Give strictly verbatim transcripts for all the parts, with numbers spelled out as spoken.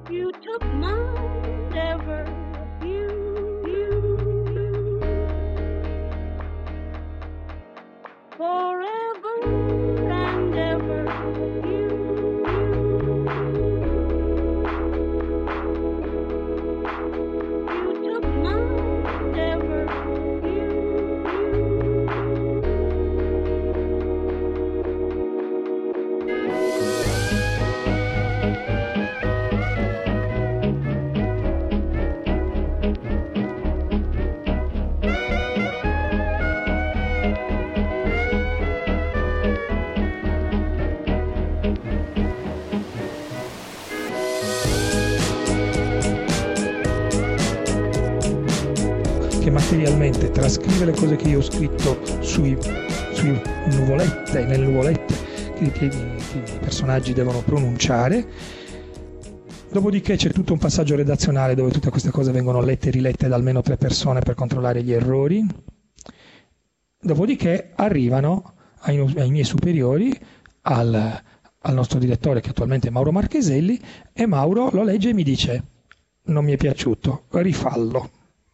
You took my ever you, you, you forever and ever you, you took my ever you, che materialmente trascrive le cose che io ho scritto sui, sui nuvolette, nelle nuvolette che, che, che i personaggi devono pronunciare. Dopodiché c'è tutto un passaggio redazionale dove tutte queste cose vengono lette e rilette da almeno tre persone per controllare gli errori. Dopodiché arrivano ai, ai miei superiori, al, al nostro direttore che attualmente è Mauro Marcheselli, e Mauro lo legge e mi dice: non mi è piaciuto, rifallo.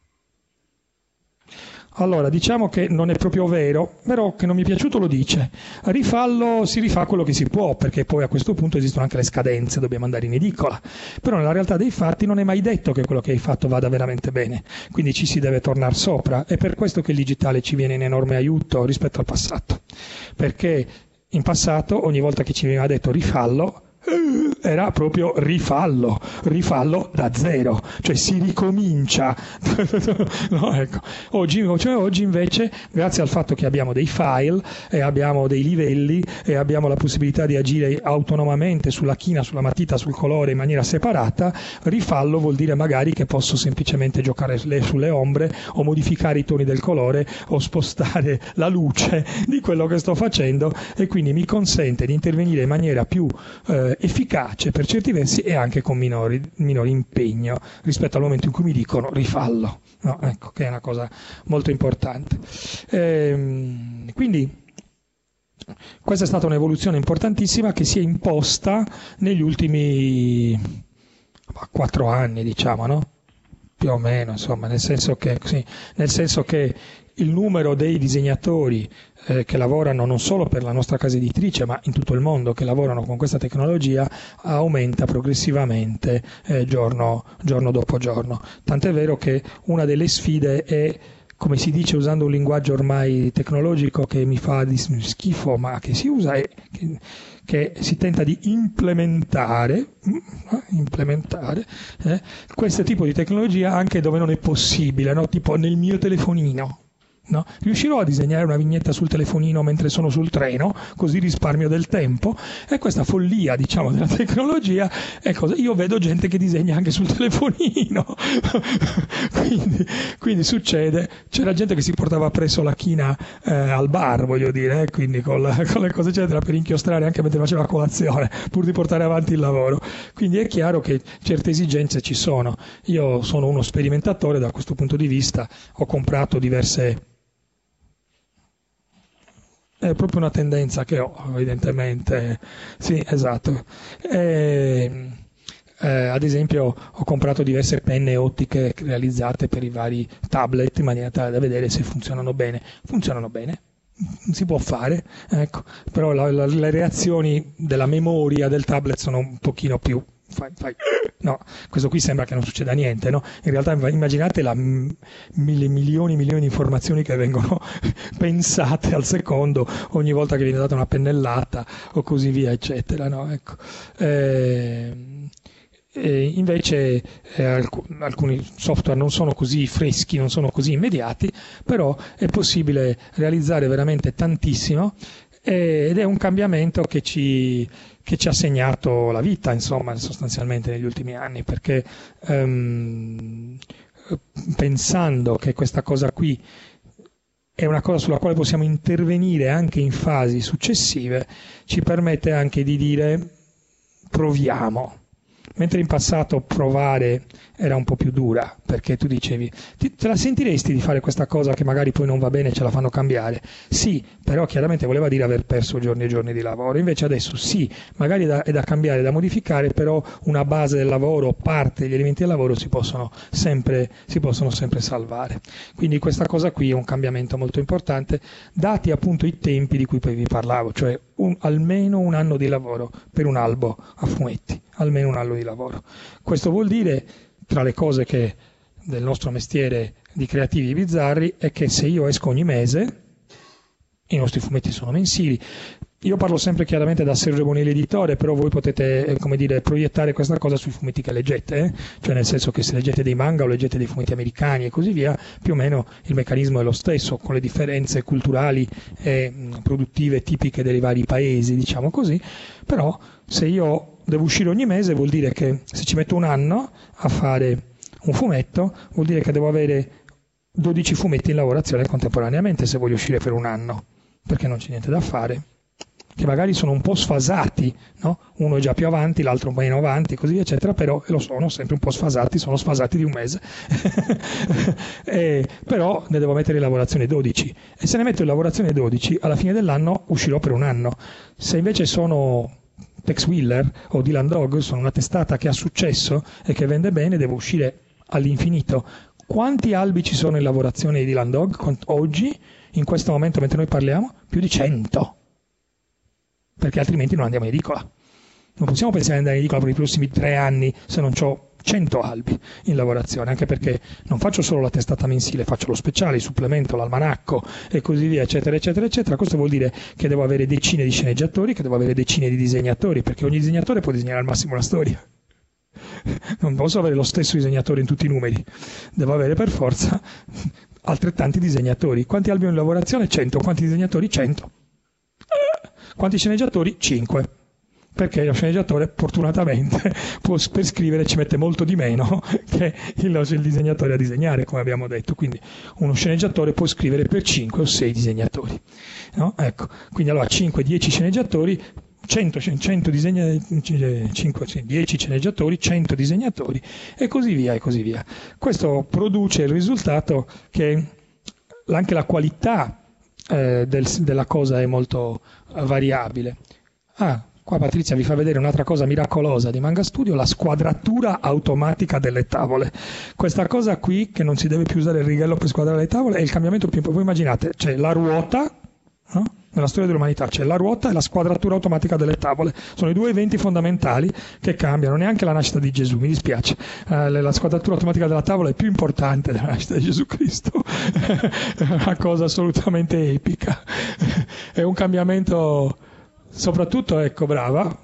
Allora, diciamo che non è proprio vero, però che non mi è piaciuto lo dice. Rifallo, si rifà quello che si può, perché poi a questo punto esistono anche le scadenze, dobbiamo andare in edicola. Però nella realtà dei fatti non è mai detto che quello che hai fatto vada veramente bene, quindi ci si deve tornare sopra. È per questo che il digitale ci viene in enorme aiuto rispetto al passato, perché in passato ogni volta che ci veniva detto rifallo, era proprio rifallo, rifallo da zero, cioè si ricomincia. No, ecco. Oggi, cioè oggi invece, grazie al fatto che abbiamo dei file e abbiamo dei livelli e abbiamo la possibilità di agire autonomamente sulla china, sulla matita, sul colore in maniera separata, rifallo vuol dire magari che posso semplicemente giocare sulle, sulle ombre o modificare i toni del colore o spostare la luce di quello che sto facendo, e quindi mi consente di intervenire in maniera più eh, efficace per certi versi e anche con minori, minori impegno rispetto al momento in cui mi dicono rifallo, no? Ecco, che è una cosa molto importante. Ehm, quindi questa è stata un'evoluzione importantissima che si è imposta negli ultimi quattro anni, diciamo, no? Più o meno, insomma, nel senso che, sì, nel senso che il numero dei disegnatori eh, che lavorano non solo per la nostra casa editrice, ma in tutto il mondo, che lavorano con questa tecnologia, aumenta progressivamente eh, giorno, giorno dopo giorno. Tant'è vero che una delle sfide è, come si dice usando un linguaggio ormai tecnologico che mi fa di schifo, ma che si usa, è che, che si tenta di implementare, implementare eh, questo tipo di tecnologia anche dove non è possibile, no? Tipo nel mio telefonino. No? Riuscirò a disegnare una vignetta sul telefonino mentre sono sul treno, così risparmio del tempo. E questa follia, diciamo, della tecnologia è cosa. Io vedo gente che disegna anche sul telefonino. quindi, quindi succede, c'era gente che si portava presso la china eh, al bar, voglio dire, eh, quindi con, la, con le cose eccetera, per inchiostrare anche mentre faceva colazione, pur di portare avanti il lavoro. Quindi è chiaro che certe esigenze ci sono. Io sono uno sperimentatore da questo punto di vista, ho comprato diverse. È proprio una tendenza che ho, evidentemente. Sì, esatto. E, eh, ad esempio ho comprato diverse penne ottiche realizzate per i vari tablet in maniera tale da vedere se funzionano bene. Funzionano bene, si può fare, ecco. Però la, la, le reazioni della memoria del tablet sono un pochino più... Fai, fai. No, questo qui sembra che non succeda niente, no? In realtà immaginate la mille milioni e milioni di informazioni che vengono pensate al secondo ogni volta che viene data una pennellata o così via, eccetera, no? Ecco. Eh, e invece eh, alc- alcuni software non sono così freschi, non sono così immediati, però è possibile realizzare veramente tantissimo, eh, ed è un cambiamento che ci che ci ha segnato la vita, insomma, sostanzialmente negli ultimi anni, perché um, pensando che questa cosa qui è una cosa sulla quale possiamo intervenire anche in fasi successive, ci permette anche di dire proviamo, mentre in passato provare era un po' più dura, perché tu dicevi, ti, te la sentiresti di fare questa cosa che magari poi non va bene e ce la fanno cambiare? Sì, però chiaramente voleva dire aver perso giorni e giorni di lavoro. Invece adesso sì, magari è da, è da cambiare, da modificare, però una base del lavoro, parte degli elementi del lavoro si possono sempre, si possono sempre salvare. Quindi questa cosa qui è un cambiamento molto importante, dati appunto i tempi di cui poi vi parlavo, cioè un, almeno un anno di lavoro per un albo a fumetti, almeno un anno di lavoro. Questo vuol dire, tra le cose che del nostro mestiere di creativi bizzarri, è che se io esco ogni mese, i nostri fumetti sono mensili. Io parlo sempre chiaramente da Sergio Bonelli editore, però voi potete, eh, come dire, proiettare questa cosa sui fumetti che leggete, eh? Cioè nel senso che se leggete dei manga o leggete dei fumetti americani e così via, più o meno il meccanismo è lo stesso, con le differenze culturali e mh, produttive tipiche dei vari paesi, diciamo così. Però se io devo uscire ogni mese vuol dire che se ci metto un anno a fare un fumetto, vuol dire che devo avere dodici fumetti in lavorazione contemporaneamente se voglio uscire per un anno, perché non c'è niente da fare, che magari sono un po' sfasati, no? Uno è già più avanti, l'altro meno avanti, così via, eccetera, però lo sono sempre un po' sfasati, sono sfasati di un mese. e, però ne devo mettere in lavorazione dodici, e se ne metto in lavorazione dodici, alla fine dell'anno uscirò per un anno. Se invece sono Tex Willer o Dylan Dog, sono una testata che ha successo e che vende bene, devo uscire all'infinito. Quanti albi ci sono in lavorazione di Dylan Dog oggi, in questo momento mentre noi parliamo? Più di cento, perché altrimenti non andiamo in edicola. Non possiamo pensare di andare in edicola per i prossimi tre anni se non ho cento albi in lavorazione, anche perché non faccio solo la testata mensile, faccio lo speciale, il supplemento, l'almanacco e così via, eccetera, eccetera, eccetera. Questo vuol dire che devo avere decine di sceneggiatori, che devo avere decine di disegnatori, perché ogni disegnatore può disegnare al massimo una storia. Non posso avere lo stesso disegnatore in tutti i numeri, devo avere per forza altrettanti disegnatori. Quanti albi ho in lavorazione? cento. Quanti disegnatori? cento. Quanti sceneggiatori? cinque. Perché lo sceneggiatore fortunatamente può, per scrivere ci mette molto di meno che il, il disegnatore a disegnare, come abbiamo detto. Quindi uno sceneggiatore può scrivere per cinque o sei disegnatori, no? Ecco, quindi allora cinque dieci sceneggiatori, cento, cento disegna, cinque, dieci sceneggiatori, cento disegnatori e così via e così via. Questo produce il risultato che anche la qualità eh, del, della cosa è molto eh, variabile. Ah, qua Patrizia vi fa vedere un'altra cosa miracolosa di Manga Studio, la squadratura automatica delle tavole. Questa cosa qui, che non si deve più usare il righello per squadrare le tavole, è il cambiamento più importante. Voi immaginate, c'è la ruota, no? Nella storia dell'umanità c'è la ruota e la squadratura automatica delle tavole. Sono i due eventi fondamentali che cambiano, neanche la nascita di Gesù, mi dispiace. Eh, la squadratura automatica della tavola è più importante della nascita di Gesù Cristo. È una cosa assolutamente epica. È un cambiamento, soprattutto, ecco, brava.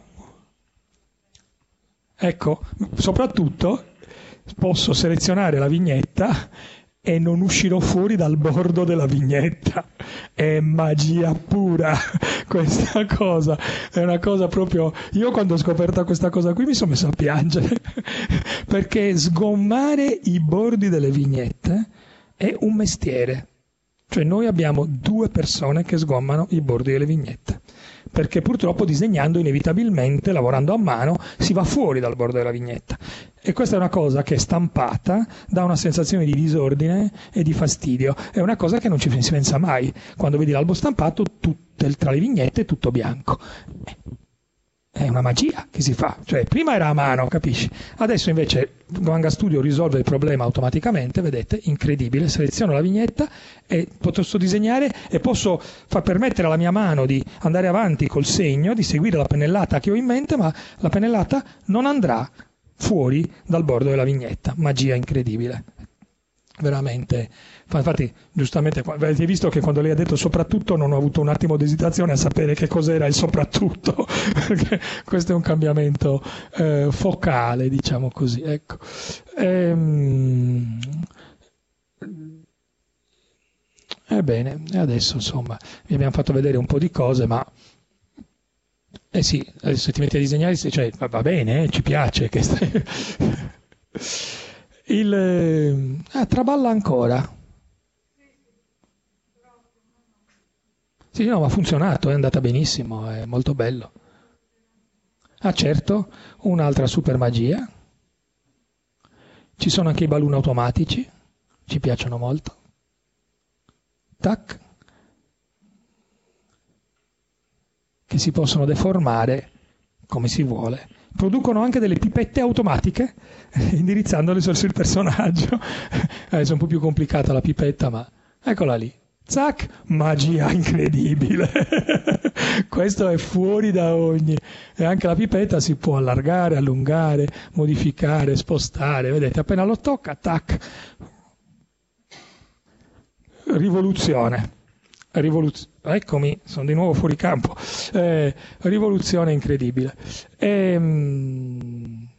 Ecco, soprattutto posso selezionare la vignetta e non uscirò fuori dal bordo della vignetta. È magia pura questa cosa, è una cosa proprio... Io quando ho scoperto questa cosa qui mi sono messo a piangere, perché sgommare i bordi delle vignette è un mestiere. Cioè noi abbiamo due persone che sgommano i bordi delle vignette, perché purtroppo disegnando inevitabilmente, lavorando a mano, si va fuori dal bordo della vignetta. E questa è una cosa che stampata dà una sensazione di disordine e di fastidio. È una cosa che non ci si pensa mai. Quando vedi l'albo stampato, tutte, tra le vignette è tutto bianco. È una magia che si fa. Cioè, prima era a mano, capisci? Adesso invece Manga Studio risolve il problema automaticamente, vedete? Incredibile. Seleziono la vignetta e posso disegnare e posso far permettere alla mia mano di andare avanti col segno, di seguire la pennellata che ho in mente, ma la pennellata non andrà fuori dal bordo della vignetta. Magia incredibile. Veramente. Infatti, giustamente, avete visto che quando lei ha detto soprattutto non ho avuto un attimo di esitazione a sapere che cos'era il soprattutto, perché questo è un cambiamento eh, focale, diciamo così. Ecco. Ehm... Ebbene, adesso insomma vi abbiamo fatto vedere un po' di cose, ma eh sì, adesso ti metti a disegnare, cioè va bene, eh, ci piace che stai... Il ah, traballa ancora. Sì, no, ma ha funzionato, è andata benissimo, è molto bello. Ah certo, un'altra super magia. Ci sono anche i balloon automatici, ci piacciono molto. Tac. Che si possono deformare come si vuole. Producono anche delle pipette automatiche, indirizzandole sul personaggio. Adesso è un po' più complicata la pipetta, ma eccola lì. Zac, magia incredibile. Questo è fuori da ogni. E anche la pipetta si può allargare, allungare, modificare, spostare. Vedete, appena lo tocca, tac. Rivoluzione. Rivoluz- Eccomi, sono di nuovo fuori campo. Eh, rivoluzione incredibile. Ehm...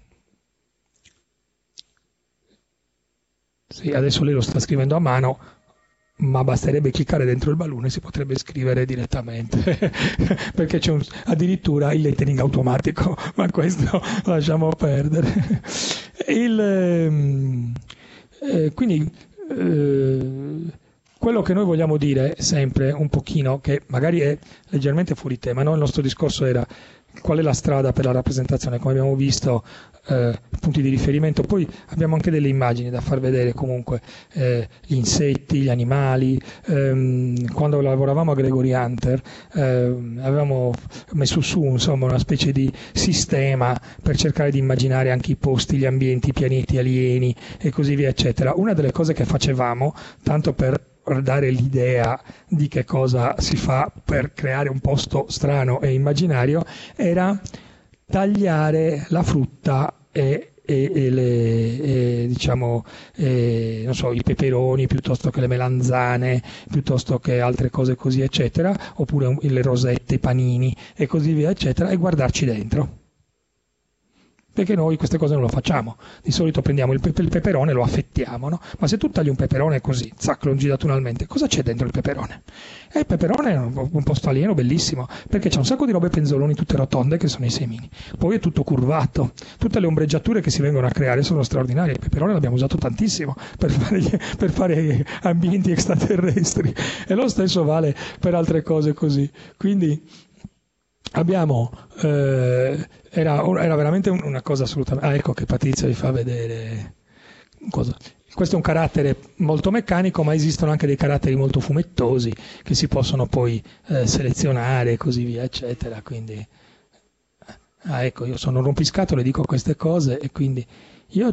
Sì, adesso lei lo sta scrivendo a mano, ma basterebbe cliccare dentro il balloon e si potrebbe scrivere direttamente, perché c'è un, addirittura il lettering automatico, ma questo lasciamo perdere. Il, ehm, eh, quindi eh, quello che noi vogliamo dire sempre un pochino, che magari è leggermente fuori tema, no? Il nostro discorso era qual è la strada per la rappresentazione, come abbiamo visto, eh, punti di riferimento, poi abbiamo anche delle immagini da far vedere comunque, eh, gli insetti, gli animali. Ehm, quando lavoravamo a Gregory Hunter eh, avevamo messo su insomma una specie di sistema per cercare di immaginare anche i posti, gli ambienti, i pianeti alieni e così via eccetera. Una delle cose che facevamo, tanto per dare l'idea di che cosa si fa per creare un posto strano e immaginario, era tagliare la frutta e, e, e le e, diciamo e, non so, i peperoni piuttosto che le melanzane, piuttosto che altre cose così eccetera, oppure le rosette, i panini e così via eccetera, e guardarci dentro. Perché noi queste cose non lo facciamo. Di solito prendiamo il, pepe, il peperone e lo affettiamo, no? Ma se tu tagli un peperone così, zac, longitudinalmente, cosa c'è dentro il peperone? E il peperone è un, un posto alieno bellissimo, perché c'è un sacco di robe penzoloni tutte rotonde che sono i semini. Poi è tutto curvato. Tutte le ombreggiature che si vengono a creare sono straordinarie. Il peperone l'abbiamo usato tantissimo per fare, per fare ambienti extraterrestri. E lo stesso vale per altre cose così. Quindi abbiamo... Eh, Era, era veramente una cosa assolutamente... Ah, ecco che Patrizia vi fa vedere... Cosa. Questo è un carattere molto meccanico, ma esistono anche dei caratteri molto fumettosi che si possono poi eh, selezionare e così via, eccetera. Quindi... Ah, ecco, io sono un rompiscatole, dico queste cose e quindi io...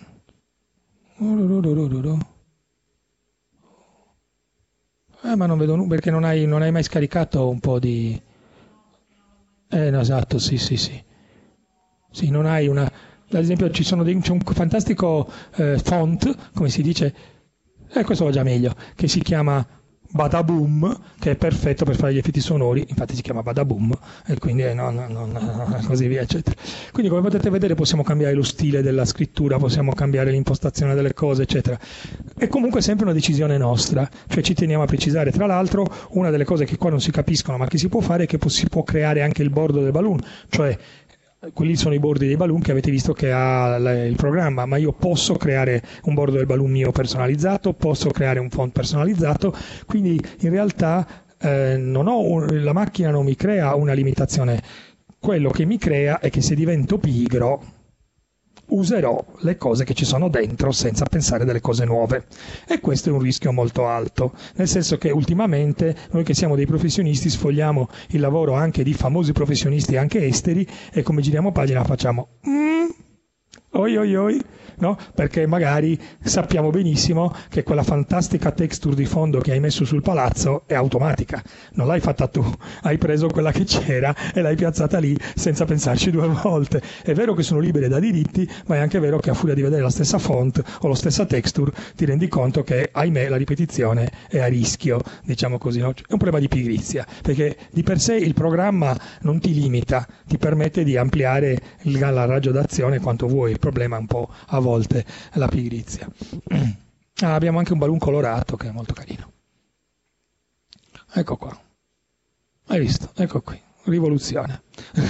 Eh, ma non vedo nulla, perché non hai, non hai mai scaricato un po' di... Eh, no, esatto, sì, sì, sì. Sì, non hai una... Ad esempio ci sono dei, c'è un fantastico eh, font, come si dice, e eh, questo va già meglio, che si chiama Badaboom, che è perfetto per fare gli effetti sonori, infatti si chiama Badaboom, e quindi eh, no, no, no, no, così via, eccetera. Quindi come potete vedere possiamo cambiare lo stile della scrittura, possiamo cambiare l'impostazione delle cose, eccetera. È comunque sempre una decisione nostra, cioè ci teniamo a precisare. Tra l'altro, una delle cose che qua non si capiscono, ma che si può fare, è che si può creare anche il bordo del balloon, cioè quelli sono i bordi dei balloon che avete visto che ha il programma, ma io posso creare un bordo del balloon mio personalizzato, posso creare un font personalizzato, quindi in realtà eh, non ho un, la macchina non mi crea una limitazione, quello che mi crea è che se divento pigro userò le cose che ci sono dentro senza pensare delle cose nuove, e questo è un rischio molto alto, nel senso che ultimamente noi che siamo dei professionisti sfogliamo il lavoro anche di famosi professionisti anche esteri e come giriamo pagina facciamo mm, oi oi oi, no? Perché magari sappiamo benissimo che quella fantastica texture di fondo che hai messo sul palazzo è automatica, non l'hai fatta tu, hai preso quella che c'era e l'hai piazzata lì senza pensarci due volte. È vero che sono libere da diritti, ma è anche vero che a furia di vedere la stessa font o la stessa texture ti rendi conto che, ahimè, la ripetizione è a rischio, diciamo così, no? È un problema di pigrizia, perché di per sé il programma non ti limita, ti permette di ampliare il, la raggio d'azione quanto vuoi, il problema è un po' a volte la pigrizia. Ah, abbiamo anche un balloon colorato che è molto carino. Ecco qua. Hai visto? Ecco qui. Rivoluzione.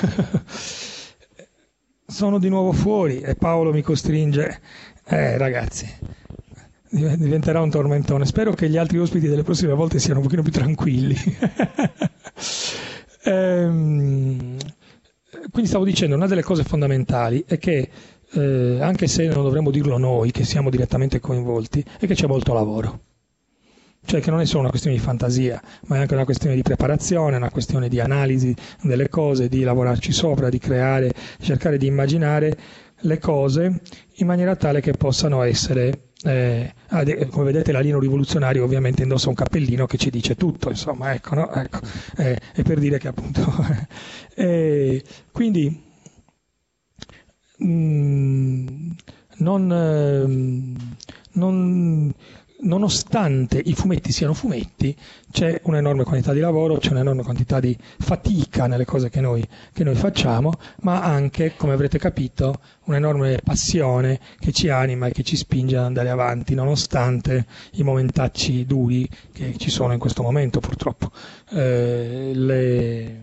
Sono di nuovo fuori e Paolo mi costringe. Eh, ragazzi, diventerà un tormentone. Spero che gli altri ospiti delle prossime volte siano un pochino più tranquilli. ehm... quindi stavo dicendo, una delle cose fondamentali è che, eh, anche se non dovremmo dirlo noi, che siamo direttamente coinvolti, è che c'è molto lavoro. Cioè che non è solo una questione di fantasia, ma è anche una questione di preparazione, una questione di analisi delle cose, di lavorarci sopra, di creare, cercare di immaginare le cose in maniera tale che possano essere, eh, come vedete l'alieno rivoluzionario ovviamente indossa un cappellino che ci dice tutto, insomma, ecco, no? Ecco, eh, è per dire che appunto... eh, quindi mh, non... Eh, non nonostante i fumetti siano fumetti, c'è un'enorme quantità di lavoro, c'è un'enorme quantità di fatica nelle cose che noi, che noi facciamo, ma anche, come avrete capito, un'enorme passione che ci anima e che ci spinge ad andare avanti, nonostante i momentacci duri che ci sono in questo momento, purtroppo. Eh, le...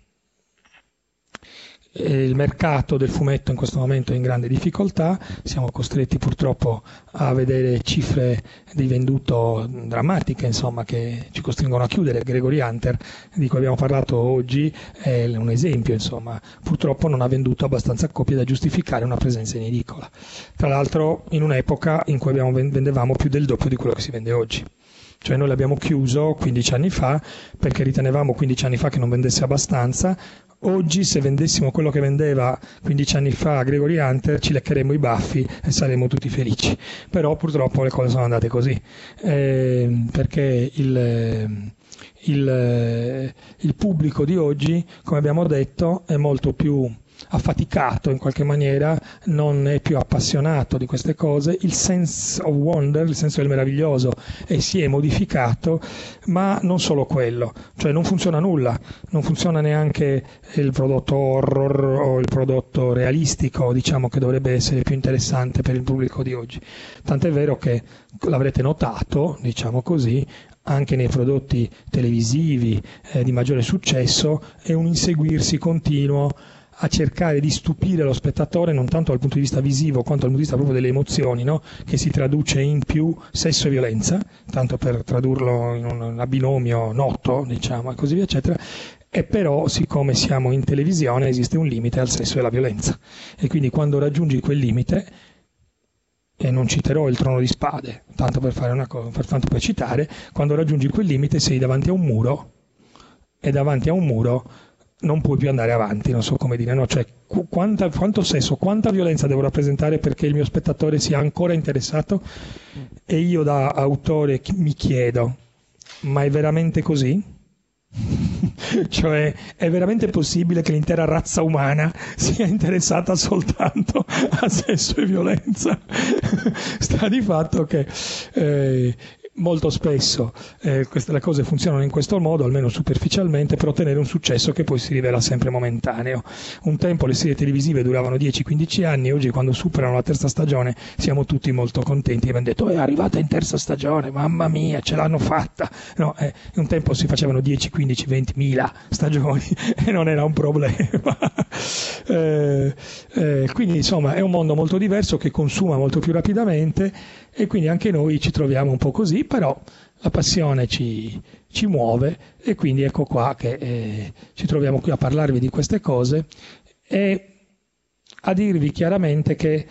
Il mercato del fumetto in questo momento è in grande difficoltà, siamo costretti purtroppo a vedere cifre di venduto drammatiche, insomma, che ci costringono a chiudere. Gregory Hunter, di cui abbiamo parlato oggi, è un esempio, insomma, purtroppo non ha venduto abbastanza copie da giustificare una presenza in edicola. Tra l'altro in un'epoca in cui abbiamo, vendevamo più del doppio di quello che si vende oggi. Cioè noi l'abbiamo chiuso quindici anni fa perché ritenevamo quindici anni fa che non vendesse abbastanza. Oggi se vendessimo quello che vendeva quindici anni fa Gregory Hunter ci leccheremmo i baffi e saremmo tutti felici, però purtroppo le cose sono andate così, eh, perché il, il, il pubblico di oggi, come abbiamo detto, è molto più affaticato in qualche maniera, non è più appassionato di queste cose, il sense of wonder, il senso del meraviglioso, e si è modificato, ma non solo quello, cioè non funziona nulla, non funziona neanche il prodotto horror o il prodotto realistico, diciamo, che dovrebbe essere più interessante per il pubblico di oggi. Tant'è vero che l'avrete notato, diciamo così, anche nei prodotti televisivi eh, di maggiore successo, è un inseguirsi continuo a cercare di stupire lo spettatore non tanto dal punto di vista visivo quanto dal punto di vista proprio delle emozioni, no? Che si traduce in più sesso e violenza, tanto per tradurlo in un binomio noto, diciamo, e così via, eccetera. E però, siccome siamo in televisione, esiste un limite al sesso e alla violenza. E quindi quando raggiungi quel limite, e non citerò il Trono di Spade, tanto per fare una cosa, per, tanto per citare, quando raggiungi quel limite sei davanti a un muro, e davanti a un muro non puoi più andare avanti, non so come dire, no? Cioè, qu- quanta, quanto sesso, quanta violenza devo rappresentare perché il mio spettatore sia ancora interessato? E io da autore mi chiedo, ma è veramente così? Cioè, è veramente possibile che l'intera razza umana sia interessata soltanto a sesso e violenza? Sta di fatto che eh, molto spesso eh, queste, le cose funzionano in questo modo, almeno superficialmente, per ottenere un successo che poi si rivela sempre momentaneo. Un tempo le serie televisive duravano dieci quindici anni, oggi quando superano la terza stagione siamo tutti molto contenti e abbiamo detto è arrivata in terza stagione, mamma mia, ce l'hanno fatta. No, eh, un tempo si facevano dieci, quindici, venti mila stagioni e non era un problema. eh, eh, quindi insomma è un mondo molto diverso che consuma molto più rapidamente e quindi anche noi ci troviamo un po' così, però la passione ci, ci muove e quindi ecco qua che eh, ci troviamo qui a parlarvi di queste cose e a dirvi chiaramente che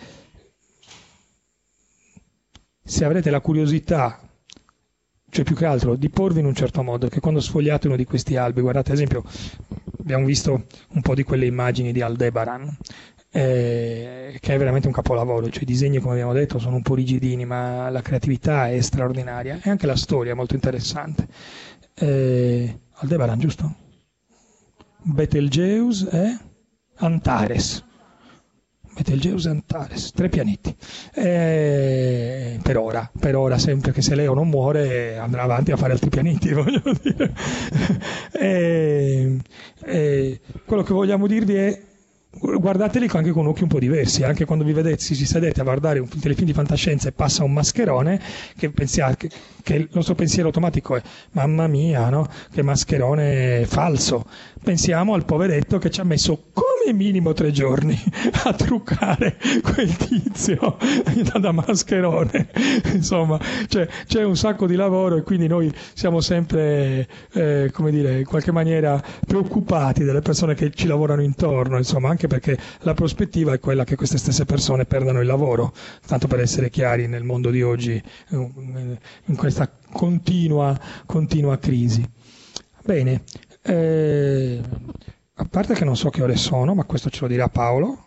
se avrete la curiosità, cioè più che altro di porvi in un certo modo, che quando sfogliate uno di questi albi, guardate ad esempio, abbiamo visto un po' di quelle immagini di Aldebaran, Eh, che è veramente un capolavoro, cioè i disegni, come abbiamo detto, sono un po' rigidini, ma la creatività è straordinaria e anche la storia è molto interessante. Eh, Aldebaran, giusto? Betelgeuse e Antares. Betelgeuse e Antares, tre pianeti. Eh, per ora, per ora, sempre che se Leo non muore andrà avanti a fare altri pianeti, voglio dire. eh, eh, quello che vogliamo dirvi è guardateli anche con occhi un po' diversi, anche quando vi vedete, si sedete a guardare un telefilm di fantascienza e passa un mascherone, che, pensiate, che, che il nostro pensiero automatico è mamma mia, no? Che mascherone falso. Pensiamo al poveretto che ci ha messo così come minimo tre giorni a truccare quel tizio da mascherone. Insomma, cioè, c'è un sacco di lavoro e quindi noi siamo sempre, eh, come dire, in qualche maniera preoccupati delle persone che ci lavorano intorno, insomma, anche perché la prospettiva è quella che queste stesse persone perdano il lavoro, tanto per essere chiari nel mondo di oggi, in questa continua, continua crisi. Bene, eh, a parte che non so che ore sono, ma questo ce lo dirà Paolo.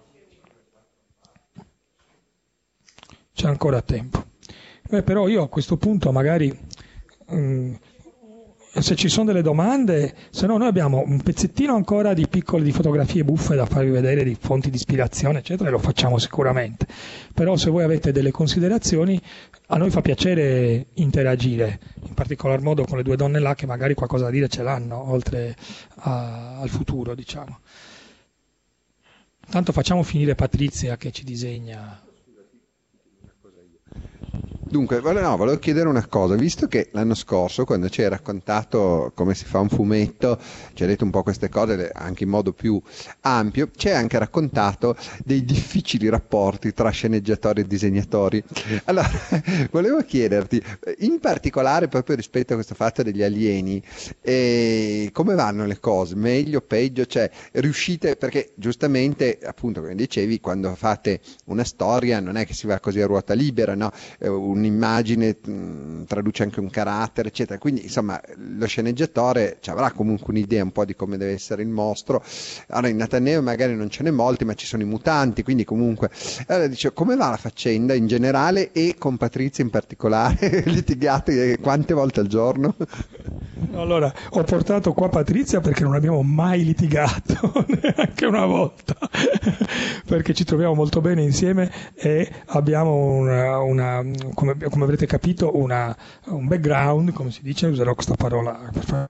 C'è ancora tempo. Beh, però io a questo punto magari, mh, se ci sono delle domande, se no noi abbiamo un pezzettino ancora di piccole di fotografie buffe da farvi vedere, di fonti di ispirazione, eccetera, e lo facciamo sicuramente. Però se voi avete delle considerazioni, a noi fa piacere interagire, in particolar modo con le due donne là che magari qualcosa da dire ce l'hanno, oltre a, al futuro, diciamo. Tanto facciamo finire Patrizia che ci disegna. Dunque, no, volevo chiedere una cosa, visto che l'anno scorso, quando ci hai raccontato come si fa un fumetto, ci hai detto un po' queste cose anche in modo più ampio, ci hai anche raccontato dei difficili rapporti tra sceneggiatori e disegnatori. Allora, volevo chiederti, in particolare proprio rispetto a questo fatto degli alieni, eh, come vanno le cose? Meglio, peggio? Cioè, riuscite, perché giustamente, appunto, come dicevi, quando fate una storia non è che si va così a ruota libera, no? Eh, un'immagine mh, traduce anche un carattere, eccetera, quindi insomma lo sceneggiatore ci avrà comunque un'idea un po' di come deve essere il mostro. Allora in Ateneo magari non ce n'è molti, ma ci sono i mutanti, quindi comunque allora dice, come va la faccenda in generale e con Patrizia in particolare? Litigate quante volte al giorno? Allora, ho portato qua Patrizia perché non abbiamo mai litigato, neanche una volta, perché ci troviamo molto bene insieme e abbiamo una, una come, come avrete capito, una, un background, come si dice, userò questa parola per fare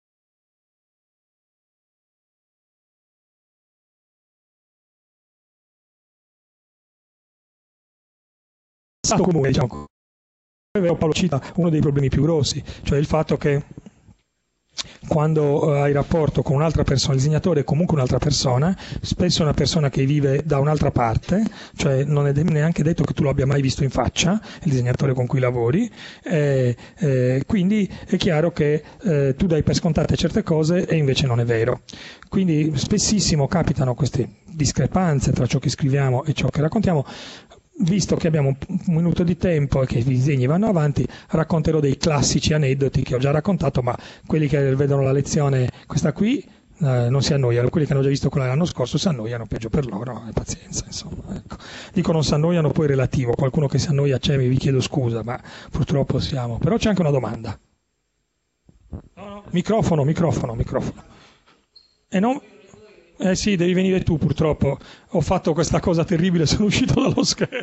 comune, diciamo. Paolo cita uno dei problemi più grossi, cioè il fatto che quando hai rapporto con un'altra persona, il disegnatore è comunque un'altra persona, spesso è una persona che vive da un'altra parte, cioè non è neanche detto che tu lo abbia mai visto in faccia, il disegnatore con cui lavori, eh, eh, quindi è chiaro che eh, tu dai per scontate certe cose e invece non è vero. Quindi spessissimo capitano queste discrepanze tra ciò che scriviamo e ciò che raccontiamo. Visto che abbiamo un minuto di tempo e che i disegni vanno avanti, racconterò dei classici aneddoti che ho già raccontato, ma quelli che vedono la lezione, questa qui, eh, non si annoiano. Quelli che hanno già visto quella dell'anno scorso si annoiano, peggio per loro, e pazienza, insomma. Ecco. Dico non si annoiano, poi relativo. Qualcuno che si annoia c'è, vi chiedo scusa, ma purtroppo siamo. Però c'è anche una domanda. No, no. Microfono, microfono, microfono. E non... Eh sì, devi venire tu purtroppo, ho fatto questa cosa terribile, sono uscito dallo schermo.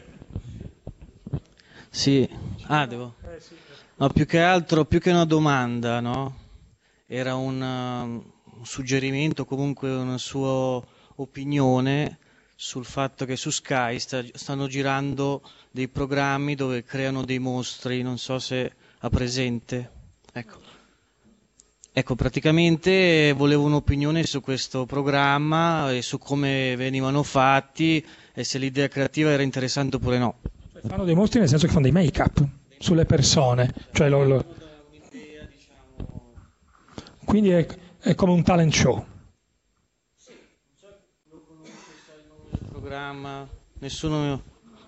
Sì, ah devo... No, più che altro, più che una domanda, no? Era un, uh, un suggerimento, comunque una sua opinione sul fatto che su Sky sta, stanno girando dei programmi dove creano dei mostri, non so se ha presente, ecco. Ecco, praticamente volevo un'opinione su questo programma e su come venivano fatti e se l'idea creativa era interessante oppure no. Cioè, fanno dei mostri nel senso che fanno dei make-up sulle persone, cioè lo, lo... quindi è, è come un talent show. Sì, non so se lo conosce, sa il nome del programma, nessuno...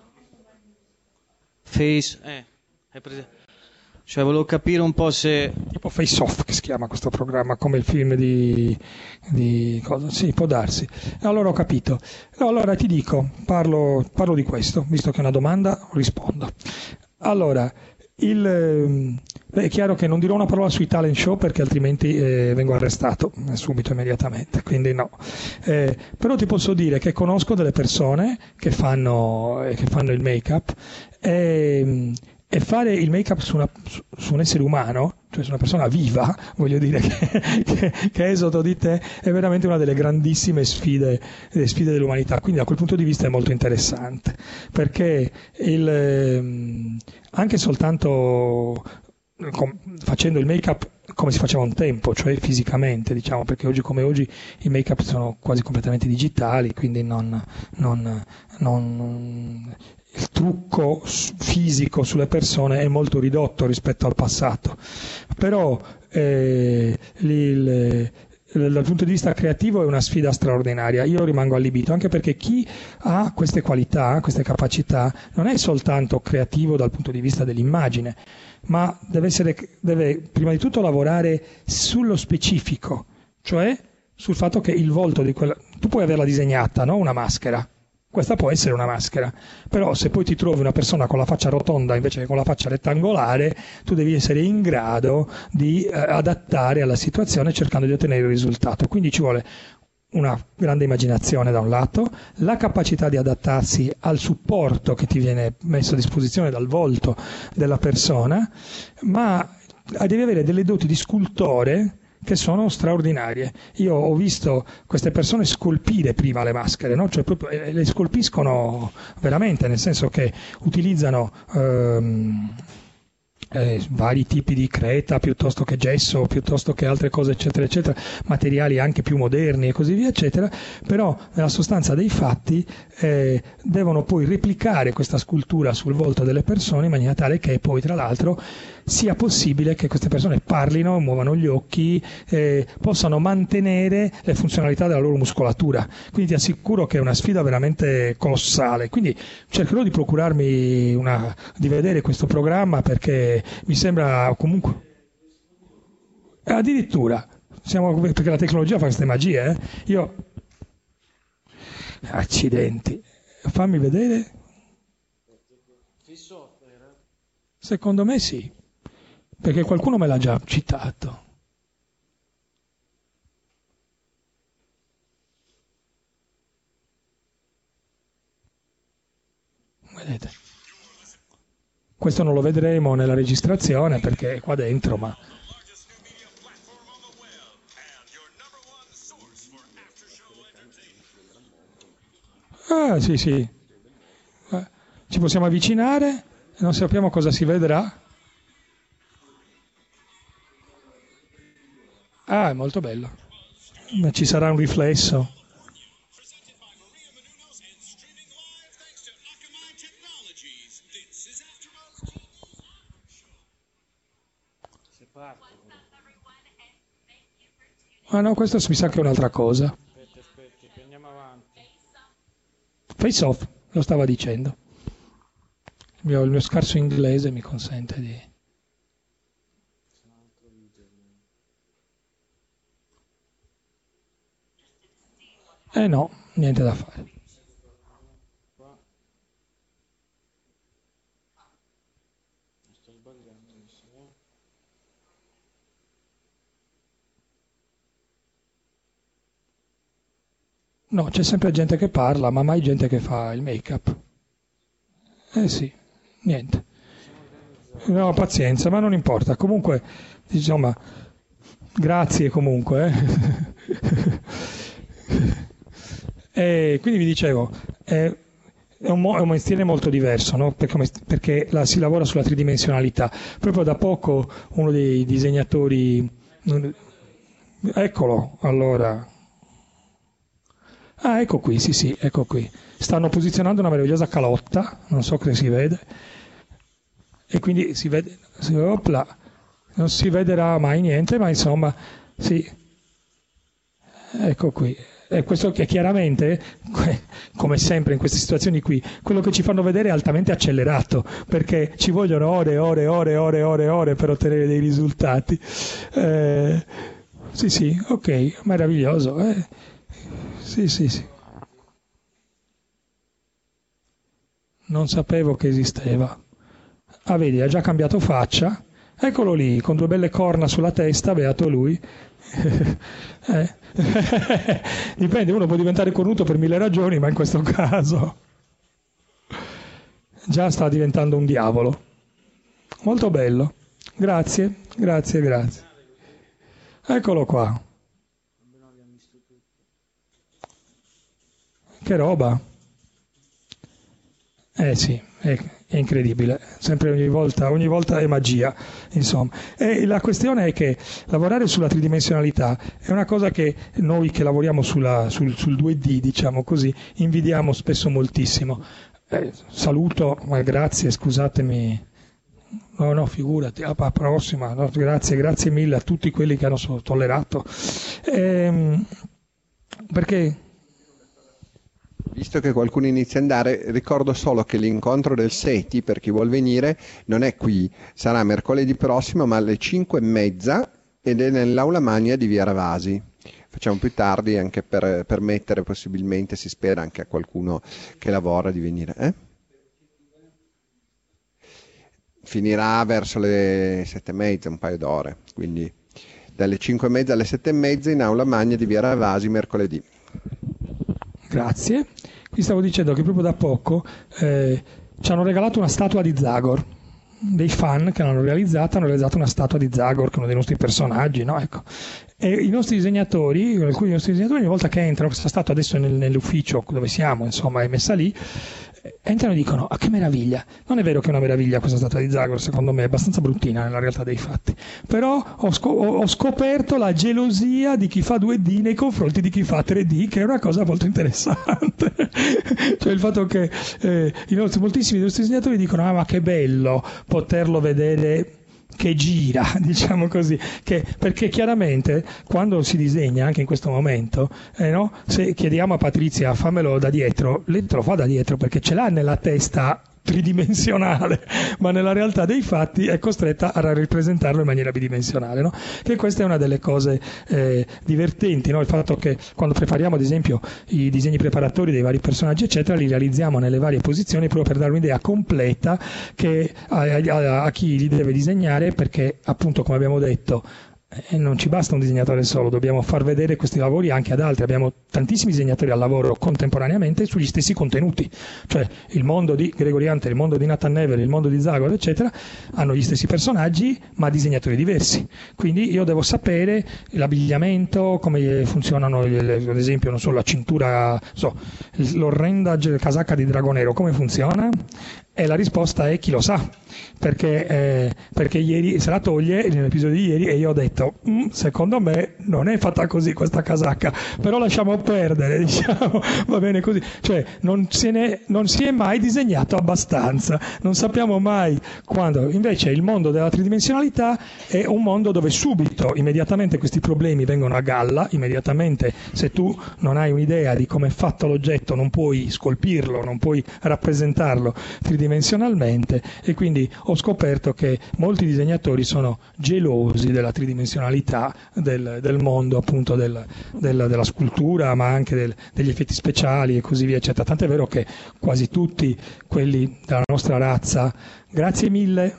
Face... eh, è presente. Cioè volevo capire un po' se... Tipo Face Off che si chiama questo programma, come il film di... di cosa? Sì, può darsi. Allora ho capito. Allora ti dico, parlo, parlo di questo, visto che è una domanda, rispondo. Allora, il... Beh, è chiaro che non dirò una parola sui talent show perché altrimenti eh, vengo arrestato subito, immediatamente, quindi no. Eh, però ti posso dire che conosco delle persone che fanno, eh, che fanno il make-up e... E fare il make-up su, una, su, su un essere umano, cioè su una persona viva, voglio dire, che, che, che è sotto di te, è veramente una delle grandissime sfide, le sfide dell'umanità. Quindi da quel punto di vista è molto interessante, perché il, anche soltanto com, facendo il make-up come si faceva un tempo, cioè fisicamente, diciamo, perché oggi come oggi i make-up sono quasi completamente digitali, quindi non, non, non, il trucco fisico sulle persone è molto ridotto rispetto al passato. Però eh, il, dal punto di vista creativo è una sfida straordinaria. Io rimango allibito, anche perché chi ha queste qualità, queste capacità, non è soltanto creativo dal punto di vista dell'immagine, ma deve, essere, deve prima di tutto lavorare sullo specifico, cioè sul fatto che il volto di quella... Tu puoi averla disegnata, no? Una maschera. Questa può essere una maschera, però se poi ti trovi una persona con la faccia rotonda invece che con la faccia rettangolare, tu devi essere in grado di eh, adattare alla situazione cercando di ottenere il risultato. Quindi ci vuole una grande immaginazione da un lato, la capacità di adattarsi al supporto che ti viene messo a disposizione dal volto della persona, ma devi avere delle doti di scultore che sono straordinarie. Io ho visto queste persone scolpire prima le maschere, no? Cioè proprio, eh, le scolpiscono veramente, nel senso che utilizzano ehm, eh, vari tipi di creta piuttosto che gesso, piuttosto che altre cose eccetera eccetera, materiali anche più moderni e così via eccetera, però nella sostanza dei fatti eh, devono poi replicare questa scultura sul volto delle persone in maniera tale che poi tra l'altro sia possibile che queste persone parlino, muovano gli occhi, eh, possano mantenere le funzionalità della loro muscolatura. Quindi ti assicuro che è una sfida veramente colossale. Quindi cercherò di procurarmi una, di vedere questo programma, perché mi sembra comunque... Addirittura, siamo, perché la tecnologia fa queste magie, eh? Io... Accidenti. Fammi vedere. Secondo me sì. Perché qualcuno me l'ha già citato. Vedete? Questo non lo vedremo nella registrazione perché è qua dentro, ma... Ah, sì, sì. Eh, ci possiamo avvicinare, non sappiamo cosa si vedrà. Ah, è molto bello. Ma ci sarà un riflesso. Ah no, questo mi sa che è un'altra cosa. Aspetti, aspetti, andiamo avanti. Face off, lo stava dicendo. Il mio, il mio scarso inglese mi consente di... Eh no, niente da fare. No, c'è sempre gente che parla, ma mai gente che fa il make-up. Eh sì, niente. No, pazienza, ma non importa. Comunque, insomma, grazie comunque. Eh. E quindi vi dicevo, è, è, un, è un mestiere molto diverso, no? Perché, perché la, si lavora sulla tridimensionalità. Proprio da poco uno dei disegnatori... Eccolo, allora... Ah, ecco qui, sì, sì, ecco qui. Stanno posizionando una meravigliosa calotta, non so che si vede, e quindi si vede, si, opla, non si vedrà mai niente, ma insomma, sì, ecco qui. E questo che chiaramente, come sempre in queste situazioni qui, quello che ci fanno vedere è altamente accelerato, perché ci vogliono ore e ore e ore e ore e ore e ore per ottenere dei risultati. Eh, sì, sì, ok, meraviglioso, eh. Sì, sì, sì. Non sapevo che esisteva. Ah, vedi, ha già cambiato faccia. Eccolo lì, con due belle corna sulla testa, beato lui. eh. Dipende, uno può diventare cornuto per mille ragioni, ma in questo caso già sta diventando un diavolo. Molto bello. Grazie, grazie, grazie. Eccolo qua. Che roba. Eh sì, è, è incredibile, sempre ogni volta, ogni volta è magia, insomma. E la questione è che lavorare sulla tridimensionalità è una cosa che noi che lavoriamo sulla, sul, sul due D, diciamo così, invidiamo spesso moltissimo. Eh, saluto, ma grazie, scusatemi. No, no, figurati, alla prossima, no, grazie, grazie mille a tutti quelli che hanno tollerato. Ehm, perché... Visto che qualcuno inizia ad andare, ricordo solo che l'incontro del SETI, per chi vuol venire, non è qui, sarà mercoledì prossimo, ma alle cinque e mezza ed è nell'Aula Magna di Via Ravasi. Facciamo più tardi anche per permettere possibilmente, si spera, anche a qualcuno che lavora di venire. Eh? Finirà verso le sette e mezza, un paio d'ore, quindi dalle cinque e mezza alle sette e mezza in Aula Magna di Via Ravasi mercoledì. Grazie. Qui stavo dicendo che proprio da poco eh, ci hanno regalato una statua di Zagor. Dei fan che l'hanno realizzata hanno realizzato una statua di Zagor, che è uno dei nostri personaggi, no? Ecco. E i nostri disegnatori, alcuni dei nostri disegnatori, ogni volta che entrano, questa statua adesso è nel, nell'ufficio dove siamo, insomma, è messa lì, entrano e dicono: ah, che meraviglia. Non è vero che è una meraviglia questa statua di Zagor, secondo me è abbastanza bruttina nella realtà dei fatti, però ho, sco- ho scoperto la gelosia di chi fa due D nei confronti di chi fa tre D, che è una cosa molto interessante. Cioè il fatto che eh, i nostri, moltissimi dei nostri disegnatori dicono: ah, ma che bello poterlo vedere che gira, diciamo così, che, perché chiaramente quando si disegna, anche in questo momento, eh, no? Se chiediamo a Patrizia fammelo da dietro, lei te lo fa da dietro perché ce l'ha nella testa tridimensionale, ma nella realtà dei fatti è costretta a ripresentarlo in maniera bidimensionale, no? Che questa è una delle cose eh, divertenti, no? Il fatto che quando prepariamo ad esempio i disegni preparatori dei vari personaggi eccetera, li realizziamo nelle varie posizioni proprio per dare un'idea completa che a, a, a chi li deve disegnare, perché appunto, come abbiamo detto, e non ci basta un disegnatore solo, dobbiamo far vedere questi lavori anche ad altri. Abbiamo tantissimi disegnatori al lavoro contemporaneamente sugli stessi contenuti, cioè il mondo di Gregory Hunter, il mondo di Nathan Never, il mondo di Zagor eccetera hanno gli stessi personaggi ma disegnatori diversi, quindi io devo sapere l'abbigliamento, come funzionano, ad esempio non so, la cintura, so, l'orrenda casacca di Dragonero come funziona, e la risposta è chi lo sa, perché, eh, perché ieri se la toglie nell'episodio di ieri e io ho detto mm, secondo me non è fatta così questa casacca, però lasciamo perdere, diciamo, va bene così, cioè non, se ne, non si è mai disegnato abbastanza, non sappiamo mai quando. Invece il mondo della tridimensionalità è un mondo dove subito, immediatamente questi problemi vengono a galla, immediatamente se tu non hai un'idea di come è fatto l'oggetto non puoi scolpirlo, non puoi rappresentarlo tridimensionalmente, e quindi ho scoperto che molti disegnatori sono gelosi della tridimensionalità del, del mondo appunto del, del, della scultura, ma anche del, degli effetti speciali e così via eccetera, tant'è vero che quasi tutti quelli della nostra razza, grazie mille,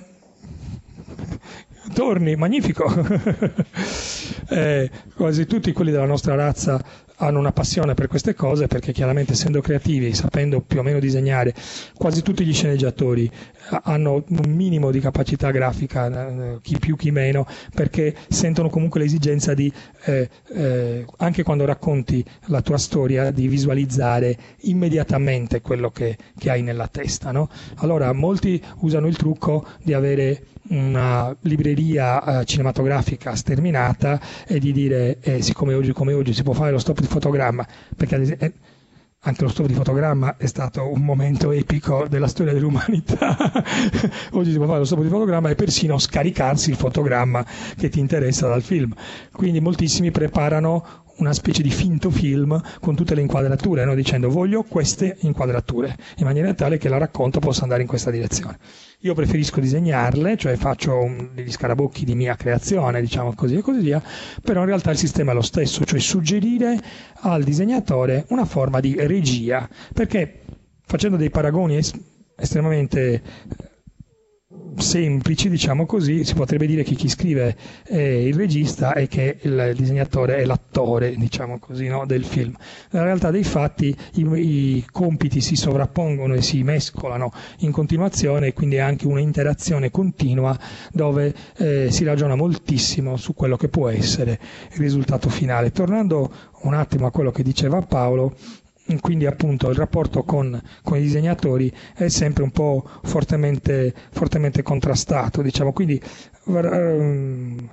torni, magnifico, eh, quasi tutti quelli della nostra razza hanno una passione per queste cose, perché chiaramente essendo creativi, sapendo più o meno disegnare, quasi tutti gli sceneggiatori hanno un minimo di capacità grafica, chi più chi meno, perché sentono comunque l'esigenza di, eh, eh, anche quando racconti la tua storia, di visualizzare immediatamente quello che, che hai nella testa, no? Allora molti usano il trucco di avere una libreria eh, cinematografica sterminata e di dire eh, siccome oggi come oggi si può fare lo stop di fotogramma, perché eh, anche lo stop di fotogramma è stato un momento epico della storia dell'umanità. Oggi si può fare lo stop di fotogramma e persino scaricarsi il fotogramma che ti interessa dal film, quindi moltissimi preparano una specie di finto film con tutte le inquadrature, no? Dicendo voglio queste inquadrature, in maniera tale che la racconto possa andare in questa direzione. Io preferisco disegnarle, cioè faccio un, degli scarabocchi di mia creazione, diciamo così e così via, però in realtà il sistema è lo stesso, cioè suggerire al disegnatore una forma di regia, perché facendo dei paragoni es- estremamente semplici, diciamo così, si potrebbe dire che chi scrive è il regista e che il disegnatore è l'attore, diciamo così, no, del film. Nella realtà dei fatti i, i compiti si sovrappongono e si mescolano in continuazione, e quindi è anche un'interazione continua dove eh, si ragiona moltissimo su quello che può essere il risultato finale. Tornando un attimo a quello che diceva Paolo, quindi appunto il rapporto con, con i disegnatori è sempre un po' fortemente, fortemente contrastato, diciamo, quindi um,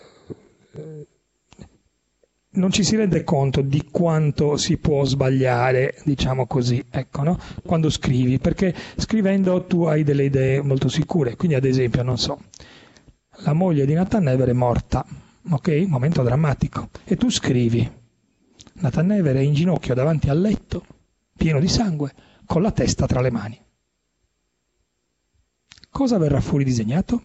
non ci si rende conto di quanto si può sbagliare, diciamo così, ecco, no? Quando scrivi, perché scrivendo tu hai delle idee molto sicure, quindi ad esempio, non so, la moglie di Nathan Never è morta, ok? Momento drammatico, e tu scrivi, Nathan Never è in ginocchio davanti al letto, pieno di sangue, con la testa tra le mani. Cosa verrà fuori disegnato?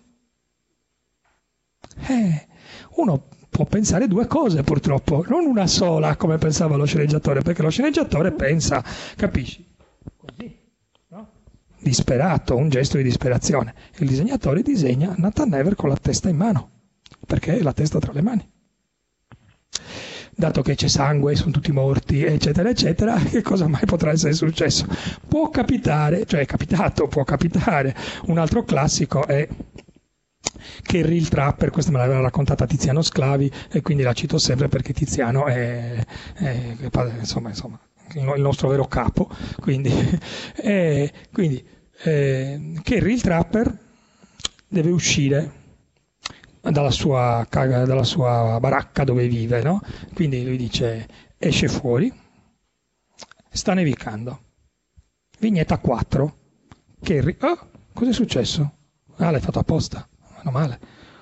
Eh, uno può pensare due cose purtroppo, non una sola come pensava lo sceneggiatore, perché lo sceneggiatore pensa, capisci? Così, no? Disperato, un gesto di disperazione. Il disegnatore disegna Nathan Never con la testa in mano, perché è la testa tra le mani. Dato che c'è sangue, sono tutti morti, eccetera, eccetera, che cosa mai potrà essere successo? Può capitare, cioè è capitato, può capitare. Un altro classico è Kerry il Trapper, questa me l'aveva raccontata Tiziano Sclavi e quindi la cito sempre perché Tiziano è, è, è insomma, insomma, il nostro vero capo, quindi, è, quindi eh, Kerry il Trapper deve uscire dalla sua, dalla sua baracca dove vive, no? Quindi lui dice, esce fuori, sta nevicando, vignetta quattro, Kerry, oh, cos'è successo? Ah, l'hai fatto apposta. Male.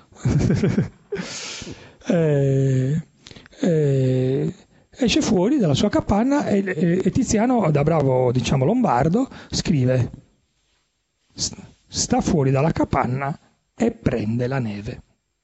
eh, eh, esce fuori dalla sua capanna e, e, e Tiziano, da bravo diciamo lombardo, scrive sta fuori dalla capanna e prende la neve,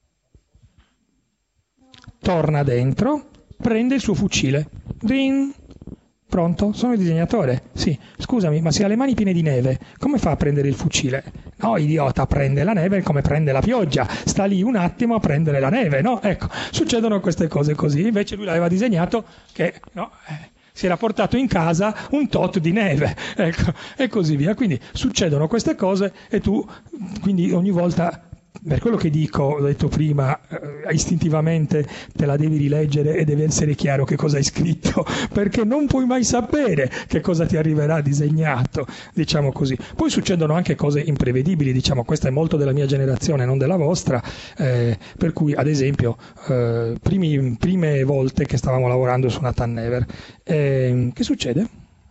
torna dentro, prende il suo fucile, Drin. Pronto? Sono il disegnatore. Sì, scusami, ma se ha le mani piene di neve, come fa a prendere il fucile? No, idiota, prende la neve come prende la pioggia. Sta lì un attimo a prendere la neve, no? Ecco, succedono queste cose così. Invece lui l'aveva disegnato che, no, eh, si era portato in casa un tot di neve, ecco, e così via. Quindi succedono queste cose e tu, quindi ogni volta... Per quello che dico, ho detto prima, eh, istintivamente te la devi rileggere e deve essere chiaro che cosa hai scritto, perché non puoi mai sapere che cosa ti arriverà disegnato, diciamo così. Poi succedono anche cose imprevedibili, diciamo, questa è molto della mia generazione, non della vostra, eh, per cui ad esempio, eh, primi, prime volte che stavamo lavorando su Nathan Never, eh, che succede?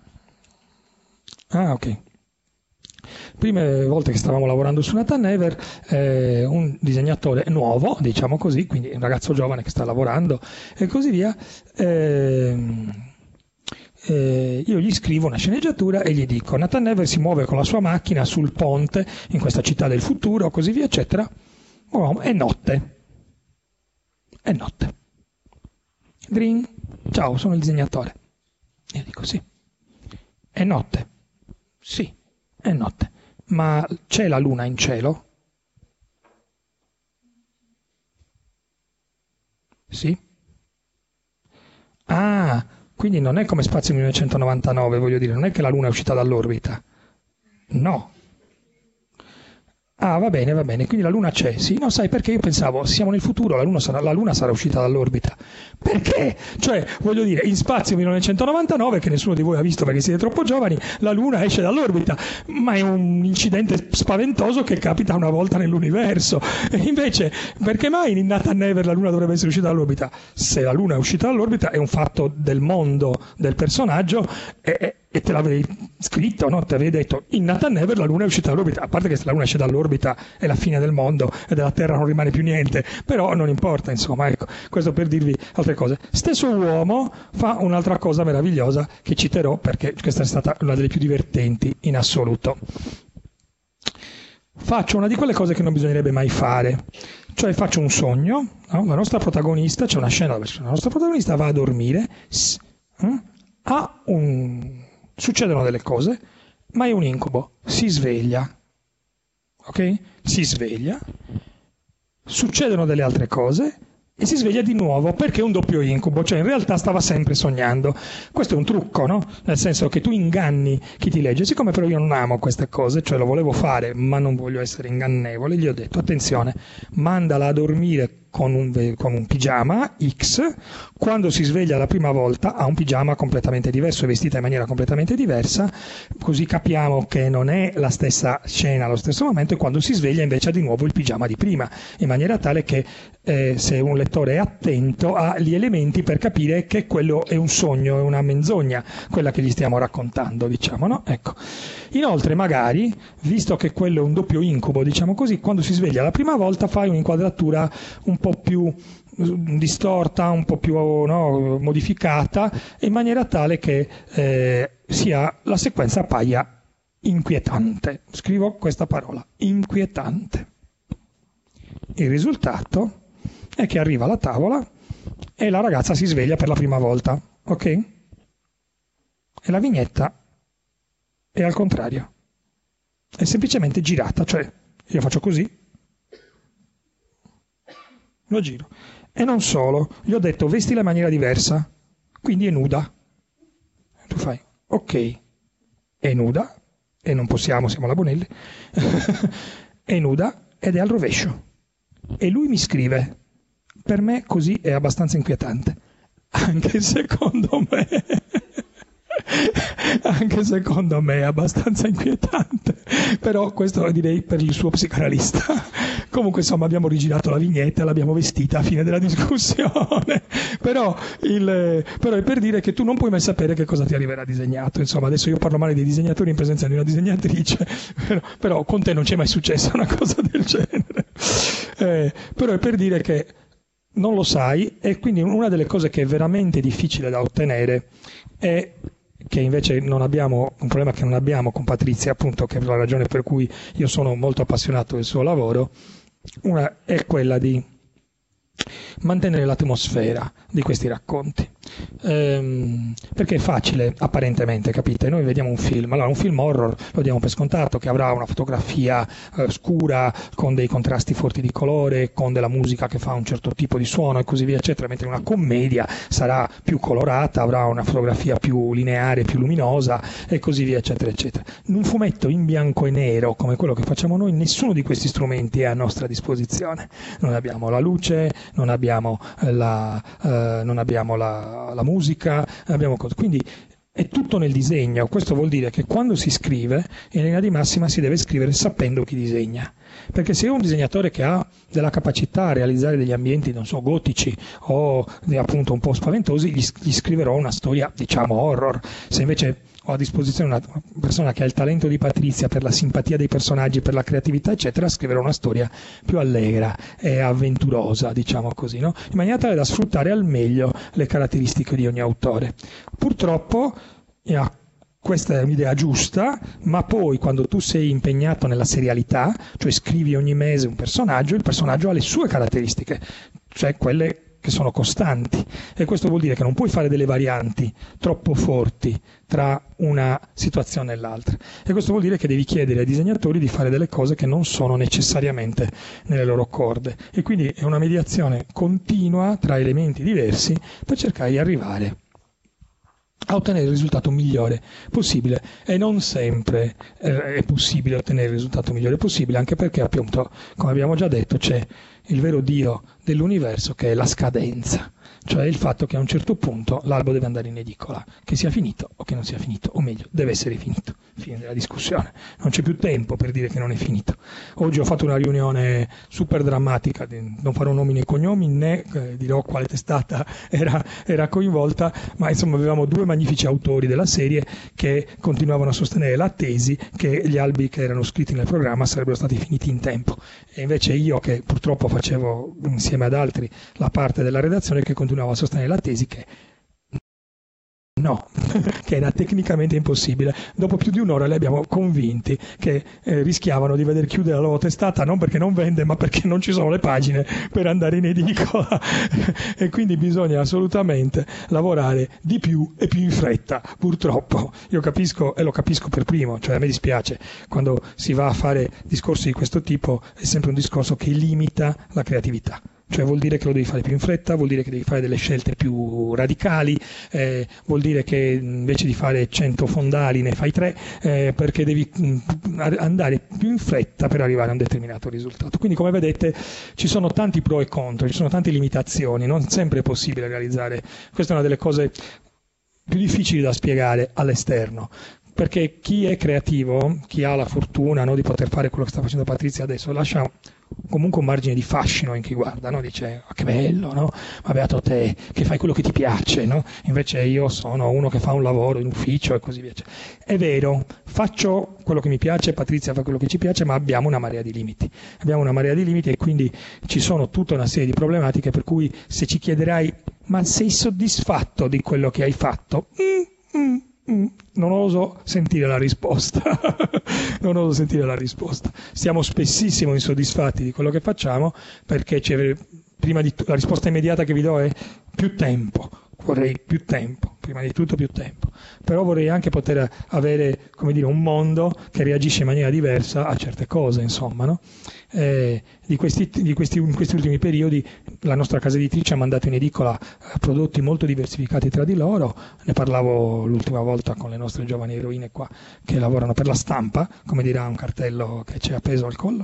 Ah, ok. Prime volte che stavamo lavorando su Nathan Never, eh, un disegnatore nuovo, diciamo così, quindi un ragazzo giovane che sta lavorando e così via, eh, eh, io gli scrivo una sceneggiatura e gli dico Nathan Never si muove con la sua macchina sul ponte in questa città del futuro, così via, eccetera. Oh, è notte. È notte. Dring. Ciao, sono il disegnatore. Io dico sì. È notte. Sì. È notte, ma c'è la luna in cielo? Sì? Ah, quindi non è come Spazio millenovecentonovantanove, voglio dire, non è che la luna è uscita dall'orbita. No. Ah, va bene, va bene, quindi la luna c'è, sì? No, sai perché io pensavo, siamo nel futuro, la luna sarà, la luna sarà uscita dall'orbita. Perché? Cioè, voglio dire, in Spazio millenovecentonovantanove, che nessuno di voi ha visto perché siete troppo giovani, la luna esce dall'orbita, ma è un incidente spaventoso che capita una volta nell'universo. E invece, perché mai in Nathan Never la luna dovrebbe essere uscita dall'orbita? Se la luna è uscita dall'orbita è un fatto del mondo del personaggio e... E te l'avrei scritto, no? Ti avrei detto, in Nathan Never la luna è uscita dall'orbita, a parte che se la luna esce dall'orbita è la fine del mondo e della Terra non rimane più niente, però non importa, insomma, ecco, questo per dirvi altre cose. Stesso uomo fa un'altra cosa meravigliosa che citerò perché questa è stata una delle più divertenti in assoluto. Faccio una di quelle cose che non bisognerebbe mai fare, cioè faccio un sogno, no? La nostra protagonista, c'è una scena dove la nostra protagonista va a dormire, ha un... succedono delle cose, ma è un incubo, si sveglia, ok? Si sveglia, succedono delle altre cose e si sveglia di nuovo perché è un doppio incubo, cioè in realtà stava sempre sognando. Questo è un trucco, no? Nel senso che tu inganni chi ti legge, siccome però io non amo queste cose, cioè lo volevo fare ma non voglio essere ingannevole, gli ho detto attenzione, mandala a dormire con un, con un pigiama X, quando si sveglia la prima volta ha un pigiama completamente diverso, è vestita in maniera completamente diversa, così capiamo che non è la stessa scena allo stesso momento, e quando si sveglia invece ha di nuovo il pigiama di prima, in maniera tale che eh, se un lettore è attento ha gli elementi per capire che quello è un sogno, è una menzogna, quella che gli stiamo raccontando, diciamo, no? Ecco. Inoltre magari, visto che quello è un doppio incubo, diciamo così, quando si sveglia la prima volta fai un'inquadratura un po' più distorta, un po' più no, modificata, in maniera tale che eh, sia, la sequenza appaia inquietante. Scrivo questa parola, inquietante. Il risultato è che arriva alla tavola e la ragazza si sveglia per la prima volta, ok? E la vignetta è al contrario, è semplicemente girata, cioè io faccio così, lo giro. E non solo, gli ho detto vestila in maniera diversa, quindi è nuda. Tu fai, ok, è nuda, e non possiamo, siamo alla Bonelli, è nuda ed è al rovescio. E lui mi scrive, per me così è abbastanza inquietante, anche secondo me. Anche secondo me è abbastanza inquietante, però questo direi per il suo psicanalista. Comunque insomma abbiamo rigirato la vignetta e l'abbiamo vestita a fine della discussione, però, il, però è per dire che tu non puoi mai sapere che cosa ti arriverà disegnato. Insomma, adesso io parlo male dei disegnatori in presenza di una disegnatrice, però, però con te non c'è mai successa una cosa del genere. Eh, però è per dire che non lo sai, e quindi una delle cose che è veramente difficile da ottenere è che invece non abbiamo, un problema che non abbiamo con Patrizia, appunto, che è la ragione per cui io sono molto appassionato del suo lavoro, una è quella di mantenere l'atmosfera di questi racconti. Ehm, perché è facile apparentemente, capite? Noi vediamo un film, allora un film horror lo diamo per scontato che avrà una fotografia eh, scura con dei contrasti forti di colore, con della musica che fa un certo tipo di suono e così via eccetera, mentre una commedia sarà più colorata, avrà una fotografia più lineare, più luminosa e così via eccetera eccetera. In un fumetto in bianco e nero come quello che facciamo noi, nessuno di questi strumenti è a nostra disposizione. Non abbiamo la luce, non abbiamo la, eh, non abbiamo la la musica, abbiamo cose. Quindi è tutto nel disegno. Questo vuol dire che quando si scrive, in linea di massima si deve scrivere sapendo chi disegna, perché se io ho un disegnatore che ha della capacità a realizzare degli ambienti, non so, gotici o appunto un po' spaventosi, gli, gli scriverò una storia, diciamo, horror. Se invece ho a disposizione una persona che ha il talento di Patrizia per la simpatia dei personaggi, per la creatività eccetera, scriverò una storia più allegra e avventurosa, diciamo così, no? In maniera tale da sfruttare al meglio le caratteristiche di ogni autore. Purtroppo yeah, questa è un'idea giusta, ma poi quando tu sei impegnato nella serialità, cioè scrivi ogni mese un personaggio, il personaggio ha le sue caratteristiche, cioè quelle che sono costanti, e questo vuol dire che non puoi fare delle varianti troppo forti tra una situazione e l'altra, e questo vuol dire che devi chiedere ai disegnatori di fare delle cose che non sono necessariamente nelle loro corde, e quindi è una mediazione continua tra elementi diversi per cercare di arrivare a ottenere il risultato migliore possibile, e non sempre eh, è possibile ottenere il risultato migliore possibile, anche perché appunto, come abbiamo già detto, c'è il vero dio dell'universo che è la scadenza, cioè il fatto che a un certo punto l'albo deve andare in edicola, che sia finito o che non sia finito, o meglio, deve essere finito, fine della discussione, non c'è più tempo per dire che non è finito. Oggi ho fatto una riunione super drammatica, non farò nomi né cognomi né eh, dirò quale testata era, era coinvolta, ma insomma avevamo due magnifici autori della serie che continuavano a sostenere la tesi che gli albi che erano scritti nel programma sarebbero stati finiti in tempo, e invece io, che purtroppo facevo insieme ad altri la parte della redazione, che continuavo a sostenere la tesi che no, che era tecnicamente impossibile. Dopo più di un'ora li abbiamo convinti che eh, rischiavano di veder chiudere la loro testata, non perché non vende, ma perché non ci sono le pagine per andare in edicola e quindi bisogna assolutamente lavorare di più e più in fretta, purtroppo. Io capisco, e lo capisco per primo, cioè a me dispiace quando si va a fare discorsi di questo tipo, è sempre un discorso che limita la creatività. Cioè vuol dire che lo devi fare più in fretta, vuol dire che devi fare delle scelte più radicali, eh, vuol dire che invece di fare cento fondali ne fai tre, eh, perché devi mh, andare più in fretta per arrivare a un determinato risultato. Quindi come vedete ci sono tanti pro e contro, ci sono tante limitazioni, non sempre è possibile realizzare. Questa è una delle cose più difficili da spiegare all'esterno. Perché chi è creativo, chi ha la fortuna, no, di poter fare quello che sta facendo Patrizia adesso, lascia comunque un margine di fascino in chi guarda, no? Dice oh, che bello, no? Ma beato te che fai quello che ti piace, no? Invece io sono uno che fa un lavoro in ufficio e così via. È vero, faccio quello che mi piace, Patrizia fa quello che ci piace, ma abbiamo una marea di limiti. Abbiamo una marea di limiti e quindi ci sono tutta una serie di problematiche per cui se ci chiederai ma sei soddisfatto di quello che hai fatto? Mm, mm. Non oso sentire la risposta. Non oso sentire la risposta. Siamo spessissimo insoddisfatti di quello che facciamo perché c'è, prima di t- la risposta immediata che vi do è più tempo. Vorrei più tempo, prima di tutto più tempo. Però vorrei anche poter avere, come dire, un mondo che reagisce in maniera diversa a certe cose, insomma, no? Eh, di questi, di questi, in questi ultimi periodi la nostra casa editrice ha mandato in edicola eh, prodotti molto diversificati tra di loro. Ne parlavo l'ultima volta con le nostre giovani eroine qua che lavorano per la stampa, come dirà un cartello che c'è appeso al collo.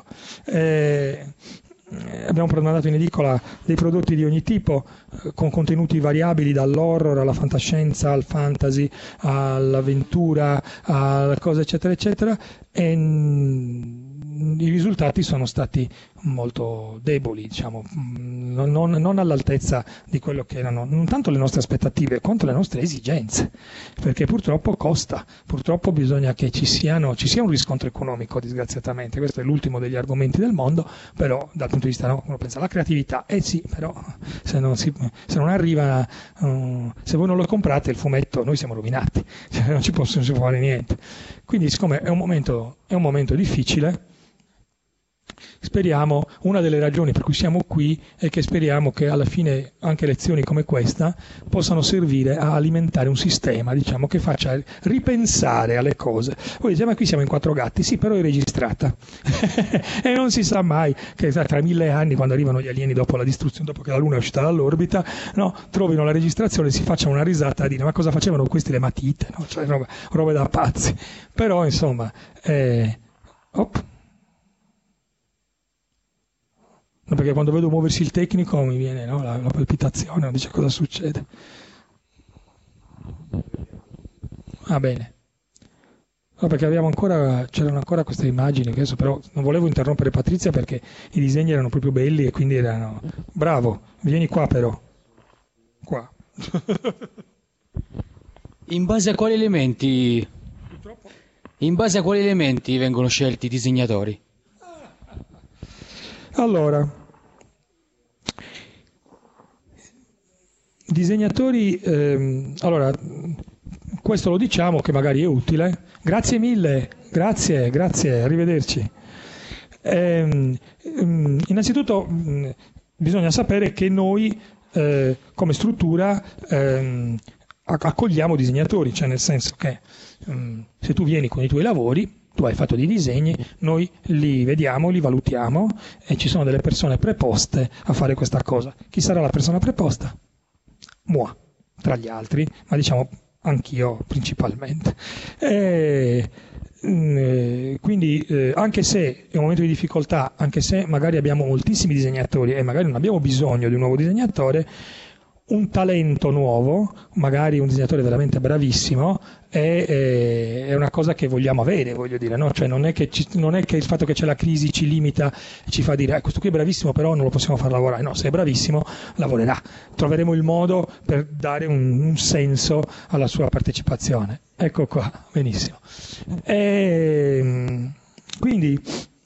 Eh, Abbiamo mandato in edicola dei prodotti di ogni tipo, eh, con contenuti variabili dall'horror alla fantascienza, al fantasy, all'avventura, alle cose eccetera eccetera, e mh, i risultati sono stati molto deboli, diciamo, non, non, non all'altezza di quello che erano non tanto le nostre aspettative quanto le nostre esigenze, perché purtroppo costa, purtroppo bisogna che ci, siano, ci sia un riscontro economico, disgraziatamente. Questo è l'ultimo degli argomenti del mondo, però dal punto di vista, no, uno pensa alla creatività, eh sì, però se non, si, se non arriva, um, se voi non lo comprate il fumetto noi siamo rovinati, cioè non ci possono fare niente. Quindi siccome è un momento, è un momento difficile, speriamo, una delle ragioni per cui siamo qui è che speriamo che alla fine anche lezioni come questa possano servire a alimentare un sistema, diciamo, che faccia ripensare alle cose. Voi dite, ma qui siamo in quattro gatti, sì, però è registrata e non si sa mai che tra mille anni, quando arrivano gli alieni dopo la distruzione, dopo che la Luna è uscita dall'orbita, no, trovino la registrazione e si facciano una risata a dire ma cosa facevano questi le matite, no? Cioè, robe, robe da pazzi. Però insomma eh, op. No, perché quando vedo muoversi il tecnico mi viene, no, la, la palpitazione, non dice cosa succede. Ah, bene. No, perché abbiamo ancora, c'erano ancora queste immagini, che adesso però non volevo interrompere Patrizia perché i disegni erano proprio belli e quindi erano... Bravo, vieni qua però. Qua. In base a quali elementi... In base a quali elementi vengono scelti i disegnatori? Allora, disegnatori, ehm, allora, questo lo diciamo che magari è utile. Grazie mille, grazie, grazie, arrivederci. Ehm, ehm, innanzitutto mh, bisogna sapere che noi eh, come struttura ehm, accogliamo disegnatori, cioè nel senso che mh, se tu vieni con i tuoi lavori, tu hai fatto dei disegni, noi li vediamo, li valutiamo e ci sono delle persone preposte a fare questa cosa. Chi sarà la persona preposta? Moi, tra gli altri, ma diciamo anch'io principalmente. E, mh, quindi eh, anche se è un momento di difficoltà, anche se magari abbiamo moltissimi disegnatori e magari non abbiamo bisogno di un nuovo disegnatore, un talento nuovo, magari un disegnatore veramente bravissimo, è, è, è una cosa che vogliamo avere, voglio dire, no? Cioè non è che ci, non è che il fatto che c'è la crisi ci limita e ci fa dire eh, questo qui è bravissimo però non lo possiamo far lavorare. No, se è bravissimo lavorerà, troveremo il modo per dare un, un senso alla sua partecipazione. Ecco qua, benissimo. E, quindi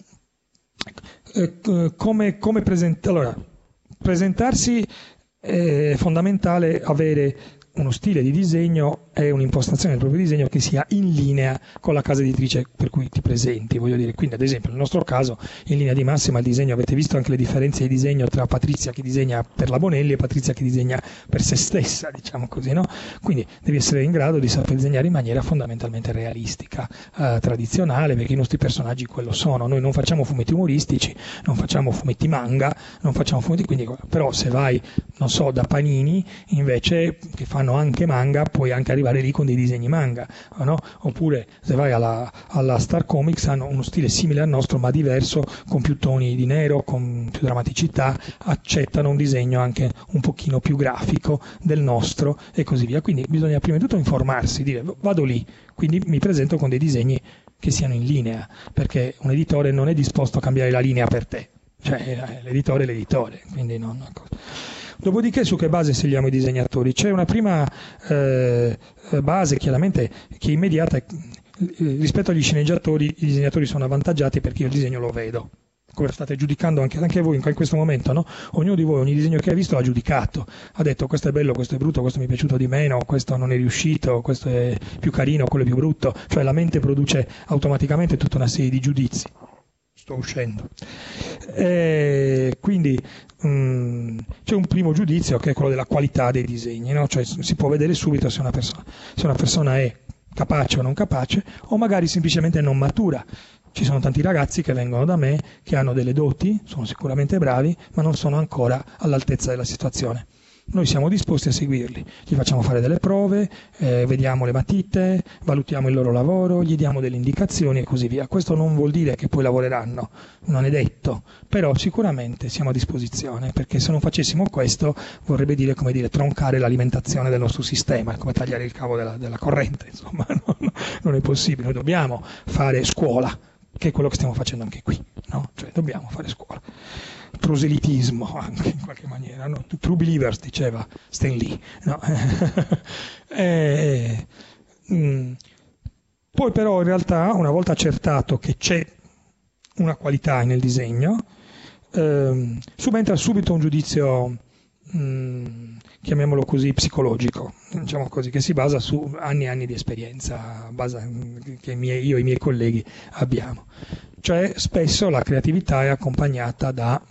eh, come, come present- allora, presentarsi è fondamentale avere uno stile di disegno è un'impostazione del proprio disegno che sia in linea con la casa editrice per cui ti presenti, voglio dire. Quindi ad esempio nel nostro caso in linea di massima il disegno, avete visto anche le differenze di disegno tra Patrizia che disegna per la Bonelli e Patrizia che disegna per se stessa, diciamo così, no? Quindi devi essere in grado di saper disegnare in maniera fondamentalmente realistica, eh, tradizionale, perché i nostri personaggi quello sono. Noi non facciamo fumetti umoristici, non facciamo fumetti manga, non facciamo fumetti, quindi però se vai, non so, da Panini invece, che fanno anche manga, puoi anche arrivare lì con dei disegni manga, no? Oppure se vai alla, alla Star Comics hanno uno stile simile al nostro ma diverso, con più toni di nero, con più drammaticità, accettano un disegno anche un pochino più grafico del nostro e così via. Quindi bisogna prima di tutto informarsi, dire vado lì, quindi mi presento con dei disegni che siano in linea, perché un editore non è disposto a cambiare la linea per te, cioè l'editore è l'editore, quindi non... Dopodiché su che base scegliamo i disegnatori? C'è una prima eh, base chiaramente che è immediata, rispetto agli sceneggiatori i disegnatori sono avvantaggiati perché io il disegno lo vedo, come state giudicando anche, anche voi in questo momento, no? Ognuno di voi, ogni disegno che ha visto l'ha giudicato, ha detto questo è bello, questo è brutto, questo mi è piaciuto di meno, questo non è riuscito, questo è più carino, quello è più brutto, cioè la mente produce automaticamente tutta una serie di giudizi. Sto uscendo. E quindi mh, c'è un primo giudizio che è quello della qualità dei disegni, no? Cioè si può vedere subito se una persona, se una persona è capace o non capace, o magari semplicemente non matura. Ci sono tanti ragazzi che vengono da me, che hanno delle doti, sono sicuramente bravi, ma non sono ancora all'altezza della situazione. Noi siamo disposti a seguirli, gli facciamo fare delle prove, eh, vediamo le matite, valutiamo il loro lavoro, gli diamo delle indicazioni e così via. Questo non vuol dire che poi lavoreranno, non è detto, però sicuramente siamo a disposizione, perché se non facessimo questo vorrebbe dire, come dire, troncare l'alimentazione del nostro sistema, come tagliare il cavo della, della corrente, insomma, non, non è possibile. Noi dobbiamo fare scuola, che è quello che stiamo facendo anche qui, no? Cioè dobbiamo fare scuola. Proselitismo anche in qualche maniera, no? True Believers diceva Stan Lee, no? e, mh, poi però in realtà una volta accertato che c'è una qualità nel disegno, ehm, subentra subito un giudizio, mh, chiamiamolo così, psicologico, diciamo così, che si basa su anni e anni di esperienza, basa, che miei, io e i miei colleghi abbiamo. Cioè spesso la creatività è accompagnata da,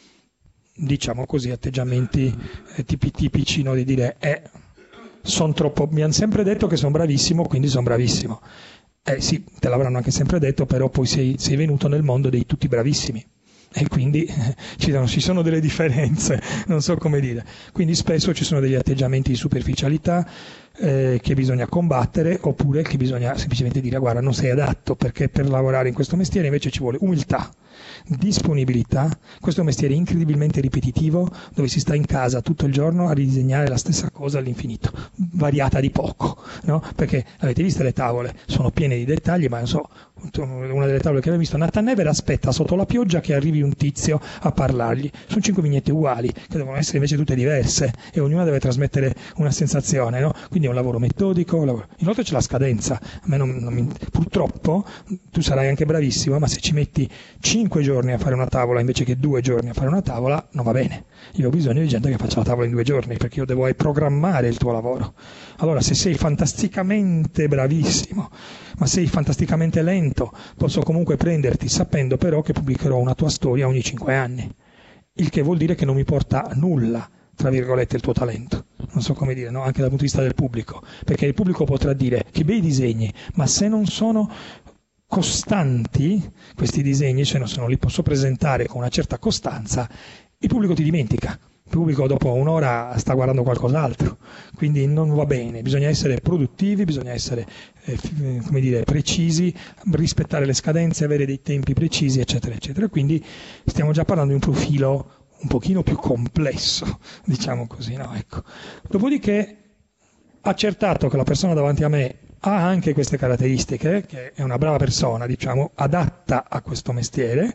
diciamo così, atteggiamenti eh, tipi, tipici, no? Di dire eh, son troppo, mi hanno sempre detto che sono bravissimo, quindi sono bravissimo. Eh sì, te l'avranno anche sempre detto, però poi sei, sei venuto nel mondo dei tutti bravissimi. E quindi eh, ci, sono, ci sono delle differenze, non so come dire. Quindi spesso ci sono degli atteggiamenti di superficialità eh, che bisogna combattere, oppure che bisogna semplicemente dire guarda non sei adatto, perché per lavorare in questo mestiere invece ci vuole umiltà, disponibilità. Questo è un mestiere incredibilmente ripetitivo, dove si sta in casa tutto il giorno a ridisegnare la stessa cosa all'infinito, variata di poco, no? Perché avete visto le tavole, sono piene di dettagli, ma non so, una delle tavole che avevo visto, Nathan Never aspetta sotto la pioggia che arrivi un tizio a parlargli. Sono cinque vignette uguali, che devono essere invece tutte diverse, e ognuna deve trasmettere una sensazione, no? Quindi è un lavoro metodico, un lavoro... inoltre c'è la scadenza. A me non, non mi... Purtroppo tu sarai anche bravissimo, ma se ci metti cinque giorni a fare una tavola invece che due giorni a fare una tavola, non va bene. Io ho bisogno di gente che faccia la tavola in due giorni, perché io devo programmare il tuo lavoro. Allora, se sei fantasticamente bravissimo, ma sei fantasticamente lento, posso comunque prenderti sapendo però che pubblicherò una tua storia ogni cinque anni, il che vuol dire che non mi porta a nulla, tra virgolette, il tuo talento. Non so come dire, no? Anche dal punto di vista del pubblico, perché il pubblico potrà dire che bei disegni, ma se non sono costanti questi disegni, cioè se non li posso presentare con una certa costanza, il pubblico ti dimentica. Il pubblico dopo un'ora sta guardando qualcos'altro, quindi non va bene. Bisogna essere produttivi, bisogna essere eh, come dire, precisi, rispettare le scadenze, avere dei tempi precisi, eccetera, eccetera. Quindi stiamo già parlando di un profilo un pochino più complesso, diciamo così, no? Ecco. Dopodiché, accertato che la persona davanti a me ha anche queste caratteristiche, che è una brava persona, diciamo, adatta a questo mestiere,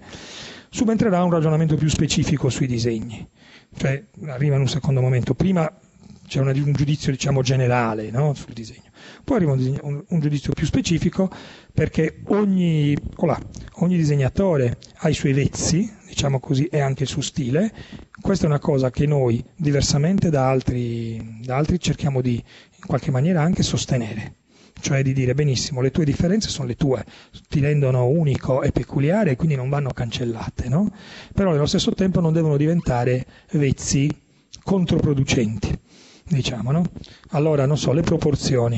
subentrerà un ragionamento più specifico sui disegni. Cioè arriva in un secondo momento. Prima c'è una- un giudizio diciamo generale, no, sul disegno. Poi arriva un, disegno- un- un giudizio più specifico, perché ogni, olà, ogni disegnatore ha i suoi vezzi, diciamo così, e anche il suo stile. Questa è una cosa che noi, diversamente da altri, da altri, cerchiamo di in qualche maniera anche sostenere. Cioè di dire benissimo, le tue differenze sono le tue, ti rendono unico e peculiare e quindi non vanno cancellate, no? Però nello stesso tempo non devono diventare vezzi controproducenti, diciamo, no? Allora, non so, le proporzioni.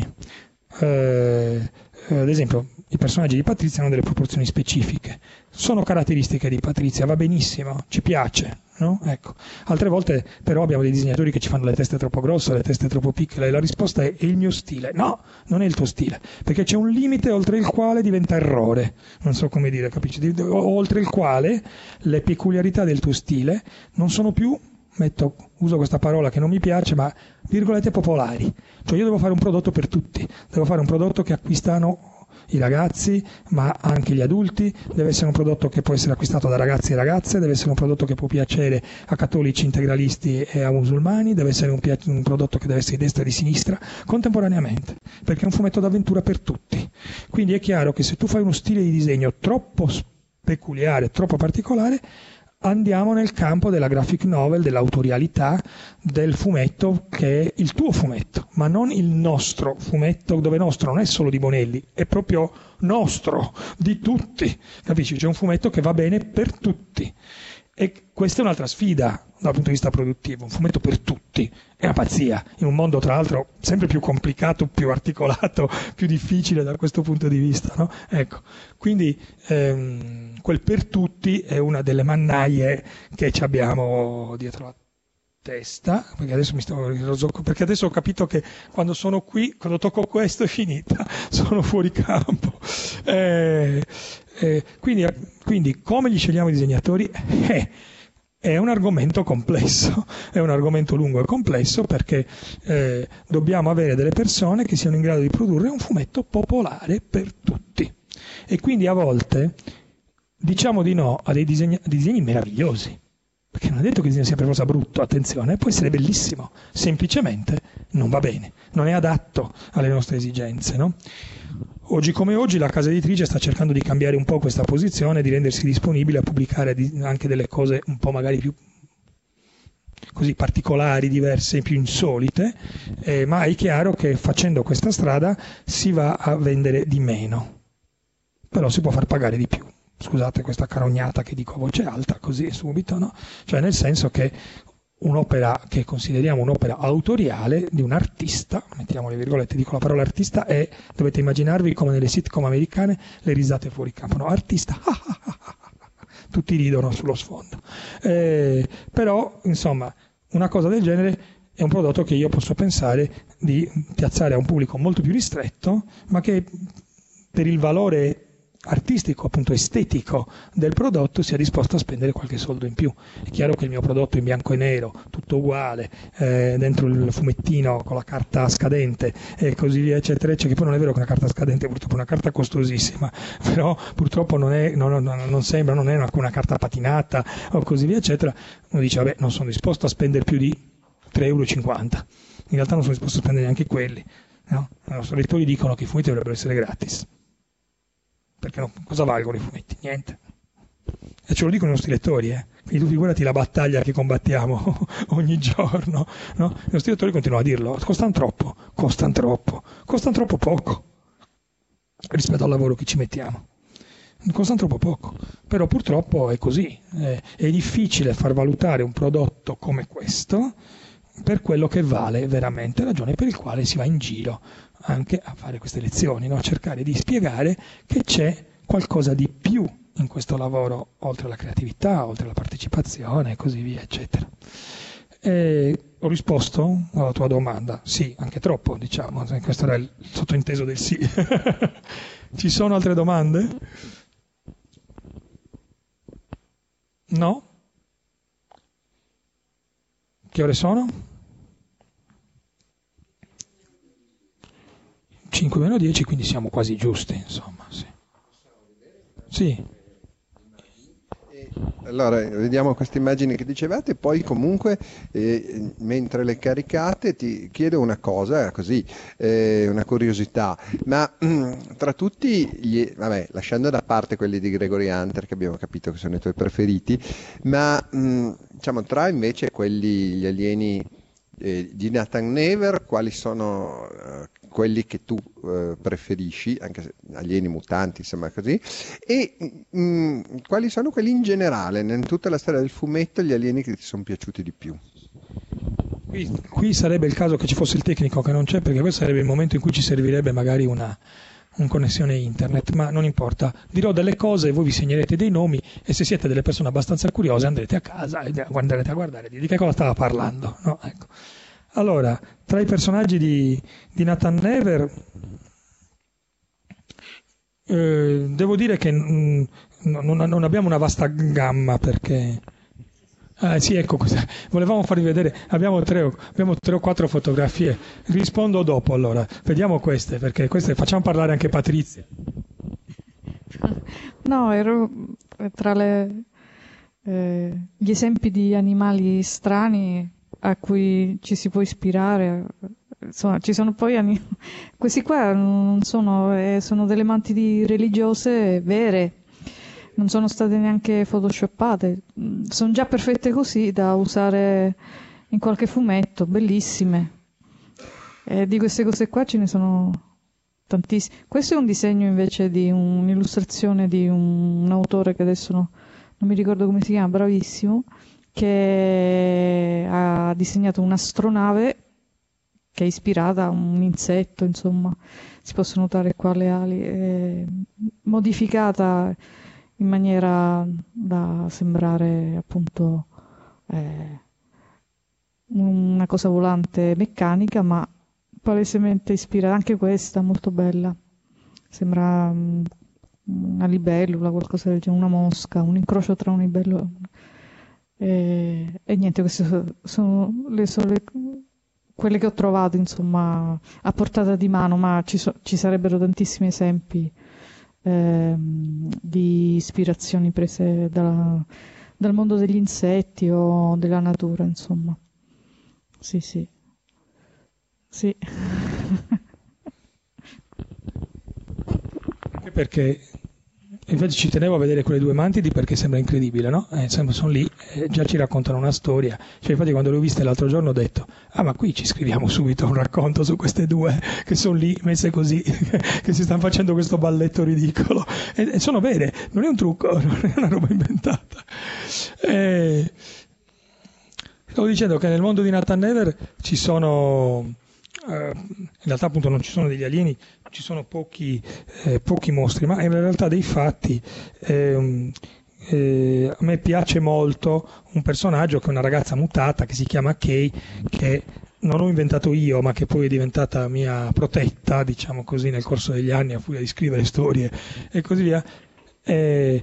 Eh, eh, ad esempio, i personaggi di Patrizia hanno delle proporzioni specifiche. Sono caratteristiche di Patrizia, va benissimo, ci piace, no? Ecco. Altre volte però abbiamo dei disegnatori che ci fanno le teste troppo grosse, le teste troppo piccole, e la risposta è: è il mio stile. No, non è il tuo stile, perché c'è un limite oltre il quale diventa errore, non so come dire, capisci? Di- Oltre il quale le peculiarità del tuo stile non sono più, metto, uso questa parola che non mi piace, ma virgolette popolari. Cioè io devo fare un prodotto per tutti, devo fare un prodotto che acquistano i ragazzi, ma anche gli adulti, deve essere un prodotto che può essere acquistato da ragazzi e ragazze, deve essere un prodotto che può piacere a cattolici, integralisti e a musulmani, deve essere un, pia- un prodotto che deve essere di destra e di sinistra, contemporaneamente, perché è un fumetto d'avventura per tutti. Quindi è chiaro che se tu fai uno stile di disegno troppo s- peculiare, troppo particolare, andiamo nel campo della graphic novel, dell'autorialità, del fumetto che è il tuo fumetto, ma non il nostro fumetto, dove nostro non è solo di Bonelli, è proprio nostro, di tutti, capisci? C'è un fumetto che va bene per tutti. E questa è un'altra sfida dal punto di vista produttivo, un fumetto per tutti, è una pazzia, in un mondo tra l'altro sempre più complicato, più articolato, più difficile da questo punto di vista, no? Ecco, quindi ehm, quel per tutti è una delle mannaie che ci abbiamo dietro la testa, perché adesso, mi sto, perché adesso ho capito che quando sono qui, quando tocco questo è finita, sono fuori campo. Eh, eh, quindi, quindi come li scegliamo i disegnatori? Eh, è un argomento complesso, è un argomento lungo e complesso, perché eh, dobbiamo avere delle persone che siano in grado di produrre un fumetto popolare per tutti. E quindi a volte diciamo di no a dei disegni, a dei disegni meravigliosi, perché non è detto che il disegno sia per forza brutto, attenzione, può essere bellissimo, semplicemente non va bene, non è adatto alle nostre esigenze, no? Oggi come oggi la casa editrice sta cercando di cambiare un po' questa posizione, di rendersi disponibile a pubblicare anche delle cose un po' magari più così particolari, diverse, più insolite, eh, ma è chiaro che facendo questa strada si va a vendere di meno, però si può far pagare di più. Scusate questa carognata che dico a voce alta, così subito, no? Cioè nel senso che un'opera che consideriamo un'opera autoriale di un artista, mettiamo le virgolette, dico la parola artista, e dovete immaginarvi come nelle sitcom americane le risate fuori campo, no? Artista, tutti ridono sullo sfondo. Eh, però, insomma, una cosa del genere è un prodotto che io posso pensare di piazzare a un pubblico molto più ristretto, ma che per il valore artistico, appunto estetico del prodotto, sia disposto a spendere qualche soldo in più. È chiaro che il mio prodotto in bianco e nero, tutto uguale, eh, dentro il fumettino con la carta scadente e così via, eccetera, eccetera, che poi non è vero che una carta scadente purtroppo è una carta costosissima, però purtroppo non, è, non, non, non sembra, non è una, una carta patinata o così via, eccetera. Uno dice, vabbè, non sono disposto a spendere più di tre euro e cinquanta. In realtà non sono disposto a spendere neanche quelli, no? I nostri lettori dicono che i fumetti dovrebbero essere gratis. Perché no, cosa valgono i fumetti? Niente. E ce lo dicono i nostri lettori, eh. Quindi tu figurati la battaglia che combattiamo ogni giorno, no? I nostri lettori continuano a dirlo, costano troppo, costano troppo, costano troppo poco rispetto al lavoro che ci mettiamo. Costano troppo poco. Però purtroppo è così. Eh, è difficile far valutare un prodotto come questo per quello che vale veramente, ragione per il quale si va in giro anche a fare queste lezioni, no? A cercare di spiegare che c'è qualcosa di più in questo lavoro, oltre alla creatività, oltre alla partecipazione e così via, eccetera. E ho risposto alla tua domanda? Sì, anche troppo, diciamo, questo era il sottointeso del sì. Ci sono altre domande? No? Che ore sono? cinque meno dieci, quindi siamo quasi giusti, insomma. Sì. Sì. Allora, vediamo queste immagini che dicevate, poi comunque eh, mentre le caricate ti chiedo una cosa, così, eh, una curiosità, ma mm, tra tutti, gli, vabbè, lasciando da parte quelli di Gregory Hunter che abbiamo capito che sono i tuoi preferiti, ma mm, diciamo tra invece quelli, gli alieni eh, di Nathan Never, quali sono eh, quelli che tu eh, preferisci, anche se alieni mutanti, insomma così, e mh, quali sono quelli in generale, in tutta la storia del fumetto, gli alieni che ti sono piaciuti di più? Qui, qui sarebbe il caso che ci fosse il tecnico, che non c'è, perché questo sarebbe il momento in cui ci servirebbe magari una, un connessione internet, ma non importa, dirò delle cose, voi vi segnerete dei nomi e se siete delle persone abbastanza curiose andrete a casa e andrete a guardare di che cosa stava parlando, no? Ecco. Allora, tra i personaggi di, di Nathan Never, eh, devo dire che mh, non, non abbiamo una vasta gamma perché... Ah, sì, ecco, volevamo farvi vedere, abbiamo tre, abbiamo tre o quattro fotografie, rispondo dopo allora, vediamo queste, perché queste facciamo parlare anche Patrizia. No, ero tra le, eh, gli esempi di animali strani a cui ci si può ispirare, insomma, ci sono poi anim- questi qua non sono, eh, sono delle mantidi religiose vere, non sono state neanche photoshoppate, sono già perfette così da usare in qualche fumetto, bellissime. E di queste cose qua ce ne sono tantissime. Questo è un disegno invece di un, un'illustrazione di un, un autore che adesso no, non mi ricordo come si chiama, bravissimo, che ha disegnato un'astronave che è ispirata a un insetto, insomma, si possono notare qua le ali, è modificata in maniera da sembrare appunto eh, una cosa volante meccanica, ma palesemente ispirata. Anche questa molto bella, sembra um, una libellula, qualcosa del genere, una mosca, un incrocio tra un libello e, e niente, queste sono le sole quelle che ho trovato, insomma, a portata di mano, ma ci, so, ci sarebbero tantissimi esempi ehm, di ispirazioni prese dalla, dal mondo degli insetti o della natura, insomma. Sì, sì. Sì. Anche perché infatti ci tenevo a vedere quelle due mantidi perché sembra incredibile, no? Eh, sono lì, eh, già ci raccontano una storia. Cioè, infatti quando le ho viste l'altro giorno ho detto, ah ma qui ci scriviamo subito un racconto su queste due che sono lì messe così, che si stanno facendo questo balletto ridicolo. E, e sono vere, non è un trucco, non è una roba inventata. Eh, stavo dicendo che nel mondo di Nathan Never ci sono... Uh, in realtà appunto non ci sono degli alieni, ci sono pochi, eh, pochi mostri, ma in realtà dei fatti eh, eh, a me piace molto un personaggio che è una ragazza mutata che si chiama Kay, che non ho inventato io ma che poi è diventata mia protetta, diciamo così, nel corso degli anni a furia di scrivere storie e così via. Eh,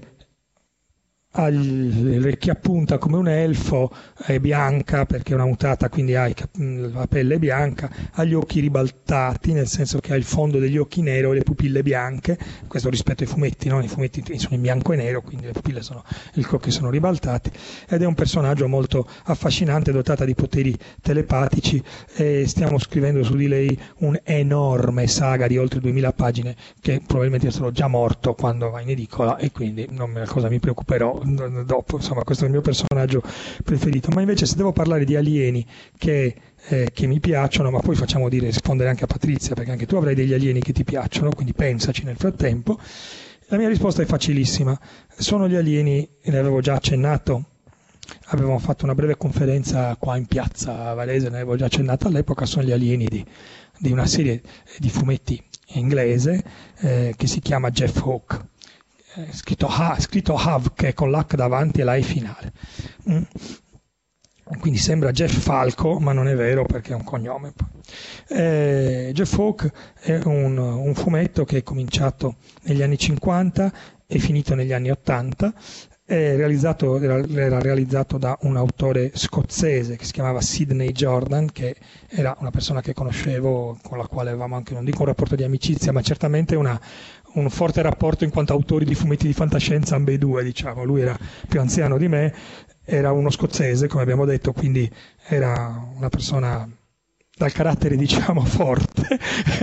ha le orecchie a punta come un elfo, è bianca perché è una mutata, quindi ha la pelle bianca, ha gli occhi ribaltati, nel senso che ha il fondo degli occhi nero e le pupille bianche, questo rispetto ai fumetti, no? I fumetti sono in bianco e nero, quindi le pupille sono, il occhi sono ribaltati, ed è un personaggio molto affascinante, dotata di poteri telepatici, e stiamo scrivendo su di lei un'enorme saga di oltre duemila pagine che probabilmente sarò già morto quando va in edicola e quindi non è una cosa mi preoccuperò dopo, insomma questo è il mio personaggio preferito. Ma invece se devo parlare di alieni che, eh, che mi piacciono, ma poi facciamo dire rispondere anche a Patrizia perché anche tu avrai degli alieni che ti piacciono, quindi pensaci nel frattempo, la mia risposta è facilissima, sono gli alieni, ne avevo già accennato, avevamo fatto una breve conferenza qua in piazza Varese, ne avevo già accennato all'epoca, sono gli alieni di, di una serie di fumetti inglese eh, che si chiama Jeff Hawke. Eh, scritto, ha, scritto Have, che è con l'H davanti e la E finale. Mm. Quindi sembra Jeff Falco, ma non è vero perché è un cognome. Eh, Jeff Hawke è un, un fumetto che è cominciato negli anni cinquanta e finito negli anni ottanta. È realizzato, era, era realizzato da un autore scozzese che si chiamava Sidney Jordan, che era una persona che conoscevo, con la quale avevamo anche, non dico un rapporto di amicizia, ma certamente una, un forte rapporto in quanto autori di fumetti di fantascienza ambedue, diciamo. Lui era più anziano di me, era uno scozzese, come abbiamo detto, quindi era una persona dal carattere, diciamo, forte,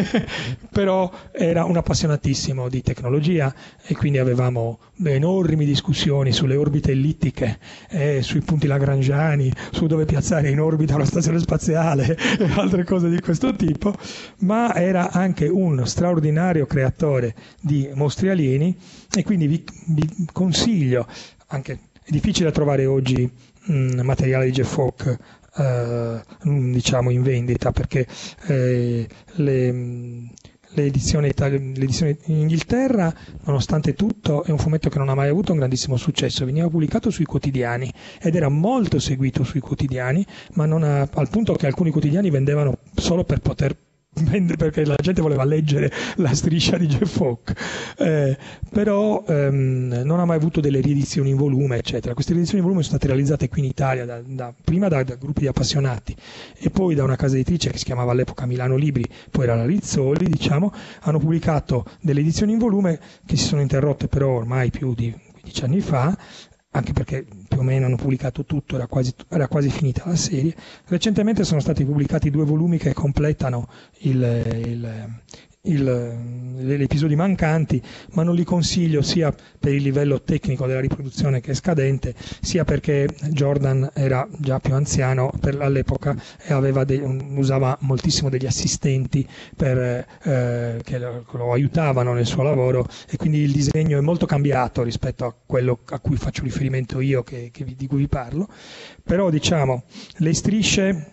però era un appassionatissimo di tecnologia e quindi avevamo enormi discussioni sulle orbite ellittiche, eh, sui punti lagrangiani, su dove piazzare in orbita la stazione spaziale e altre cose di questo tipo, ma era anche un straordinario creatore di mostri alieni e quindi vi, vi consiglio, anche è difficile trovare oggi mh, materiale di Jeff Falk Uh, diciamo in vendita, perché eh, le, le edizioni itali- l'edizione in Inghilterra, nonostante tutto, è un fumetto che non ha mai avuto un grandissimo successo. Veniva pubblicato sui quotidiani ed era molto seguito sui quotidiani, ma non ha, al punto che alcuni quotidiani vendevano solo per poter perché la gente voleva leggere la striscia di Jeff Falk, eh, però ehm, non ha mai avuto delle riedizioni in volume, eccetera. Queste riedizioni in volume sono state realizzate qui in Italia da, da, prima da, da gruppi di appassionati e poi da una casa editrice che si chiamava all'epoca Milano Libri, poi era la Rizzoli, diciamo. Hanno pubblicato delle edizioni in volume che si sono interrotte però ormai più di quindici anni fa, anche perché più o meno hanno pubblicato tutto, era quasi, era quasi finita la serie. Recentemente sono stati pubblicati due volumi che completano il, il, il, gli episodi mancanti, ma non li consiglio sia per il livello tecnico della riproduzione che è scadente, sia perché Jordan era già più anziano per, all'epoca e aveva de, usava moltissimo degli assistenti per, eh, che lo, lo aiutavano nel suo lavoro, e quindi il disegno è molto cambiato rispetto a quello a cui faccio riferimento io, che, che vi, di cui vi parlo. Però diciamo le strisce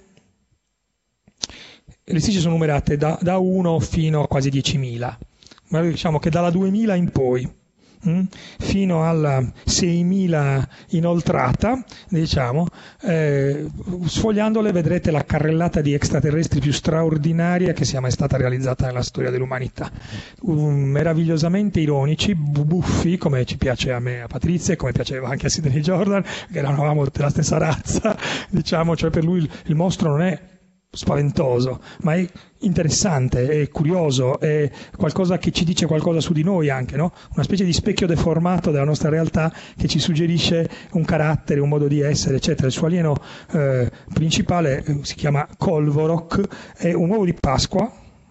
Le strisce sono numerate da, da uno fino a quasi diecimila, ma diciamo che dalla duemila in poi mh, fino alla seimila inoltrata, diciamo, eh, sfogliandole vedrete la carrellata di extraterrestri più straordinaria che sia mai stata realizzata nella storia dell'umanità. Um, meravigliosamente ironici, buffi, come ci piace a me, a Patrizia, e come piaceva anche a Sidney Jordan, che eravamo della stessa razza, diciamo, cioè per lui il, il mostro non è spaventoso, ma è interessante, è curioso, è qualcosa che ci dice qualcosa su di noi anche, no? Una specie di specchio deformato della nostra realtà che ci suggerisce un carattere, un modo di essere, eccetera. Il suo alieno eh, principale eh, si chiama Kolvorok, è un uovo di Pasqua,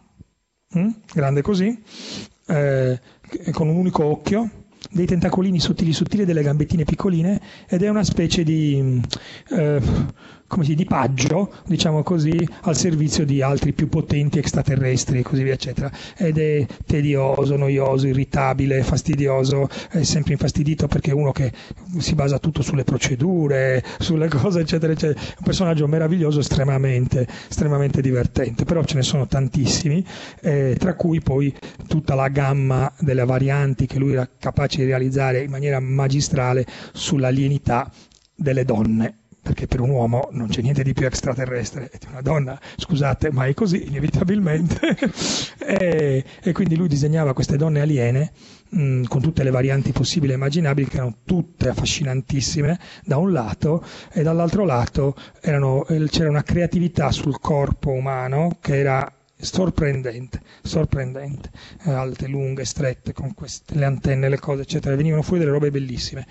hm? grande così, eh, con un unico occhio, dei tentacolini sottili sottili e delle gambettine piccoline, ed è una specie di eh, come si, di paggio, diciamo così, al servizio di altri più potenti extraterrestri e così via, eccetera. Ed è tedioso, noioso, irritabile, fastidioso, è sempre infastidito perché è uno che si basa tutto sulle procedure, sulle cose, eccetera, eccetera. Un personaggio meraviglioso, estremamente, estremamente divertente, però ce ne sono tantissimi, eh, tra cui poi tutta la gamma delle varianti che lui era capace di realizzare in maniera magistrale sull'alienità delle donne, perché per un uomo non c'è niente di più extraterrestre di una donna, scusate, ma è così inevitabilmente. e, e quindi lui disegnava queste donne aliene mh, con tutte le varianti possibili e immaginabili, che erano tutte affascinantissime da un lato, e dall'altro lato erano, c'era una creatività sul corpo umano che era sorprendente, sorprendente, alte, lunghe, strette, con queste, le antenne, le cose, eccetera, venivano fuori delle robe bellissime.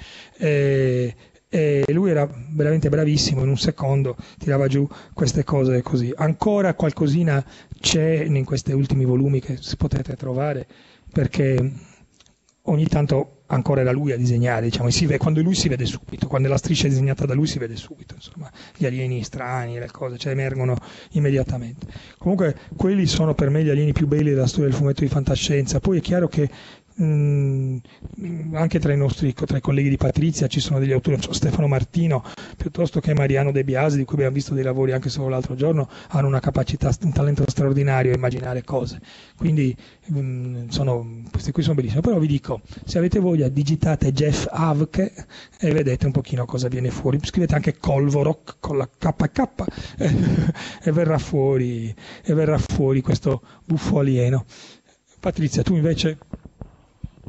E, e lui era veramente bravissimo, in un secondo tirava giù queste cose così. Ancora qualcosina c'è in questi ultimi volumi che si potete trovare, perché ogni tanto ancora era lui a disegnare, diciamo, e si vede, quando lui si vede subito, quando la striscia è disegnata da lui si vede subito, insomma, gli alieni strani, le cose, cioè emergono immediatamente. Comunque quelli sono per me gli alieni più belli della storia del fumetto di fantascienza. Poi è chiaro che mh, anche tra i nostri, tra i colleghi di Patrizia ci sono degli autori, so, Stefano Martino piuttosto che Mariano De Biasi, di cui abbiamo visto dei lavori anche solo l'altro giorno, hanno una capacità, un talento straordinario a immaginare cose, quindi mh, sono, questi qui sono bellissimi. Però vi dico, se avete voglia digitate Jeff Havke e vedete un pochino cosa viene fuori, scrivete anche Kolvorok con la K K e, e verrà fuori e verrà fuori questo buffo alieno. Patrizia, tu invece?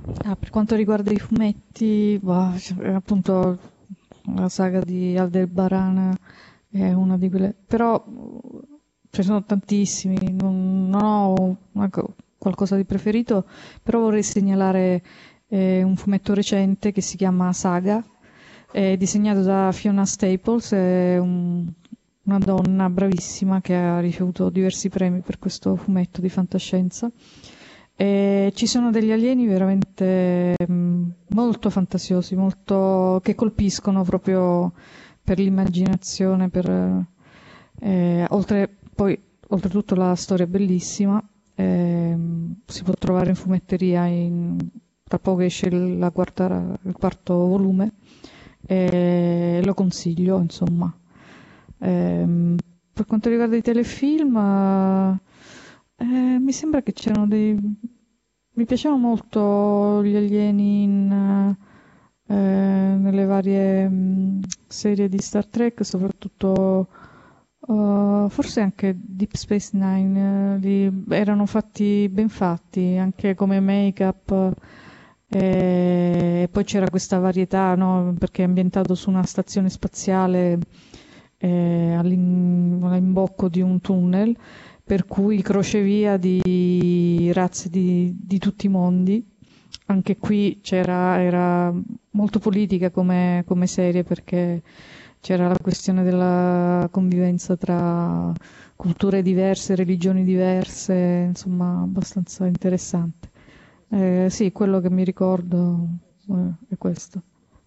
Ah, per quanto riguarda i fumetti, bah, cioè, appunto la saga di Aldebaran è una di quelle, però ce ne sono tantissimi, non, non ho una co- qualcosa di preferito, però vorrei segnalare eh, un fumetto recente che si chiama Saga, è disegnato da Fiona Staples, è un- una donna bravissima che ha ricevuto diversi premi per questo fumetto di fantascienza. E ci sono degli alieni veramente mh, molto fantasiosi, molto, che colpiscono proprio per l'immaginazione, per, eh, oltre, poi, oltretutto la storia è bellissima, ehm, si può trovare in fumetteria, in, tra poco esce il, la quarta- il quarto volume, e lo consiglio, insomma. Ehm, per quanto riguarda i telefilm, eh, eh, mi sembra che c'erano dei... Mi piacevano molto gli alieni in, eh, nelle varie mh, serie di Star Trek, soprattutto eh, forse anche Deep Space Nine, eh, lì erano fatti ben fatti, anche come make-up. eh, E poi c'era questa varietà, no? Perché è ambientato su una stazione spaziale eh, all'in- all'imbocco di un tunnel, per cui crocevia di razze di, di tutti i mondi. Anche qui c'era, era molto politica come, come serie, perché c'era la questione della convivenza tra culture diverse, religioni diverse, insomma, abbastanza interessante. Eh, sì, quello che mi ricordo eh, è questo.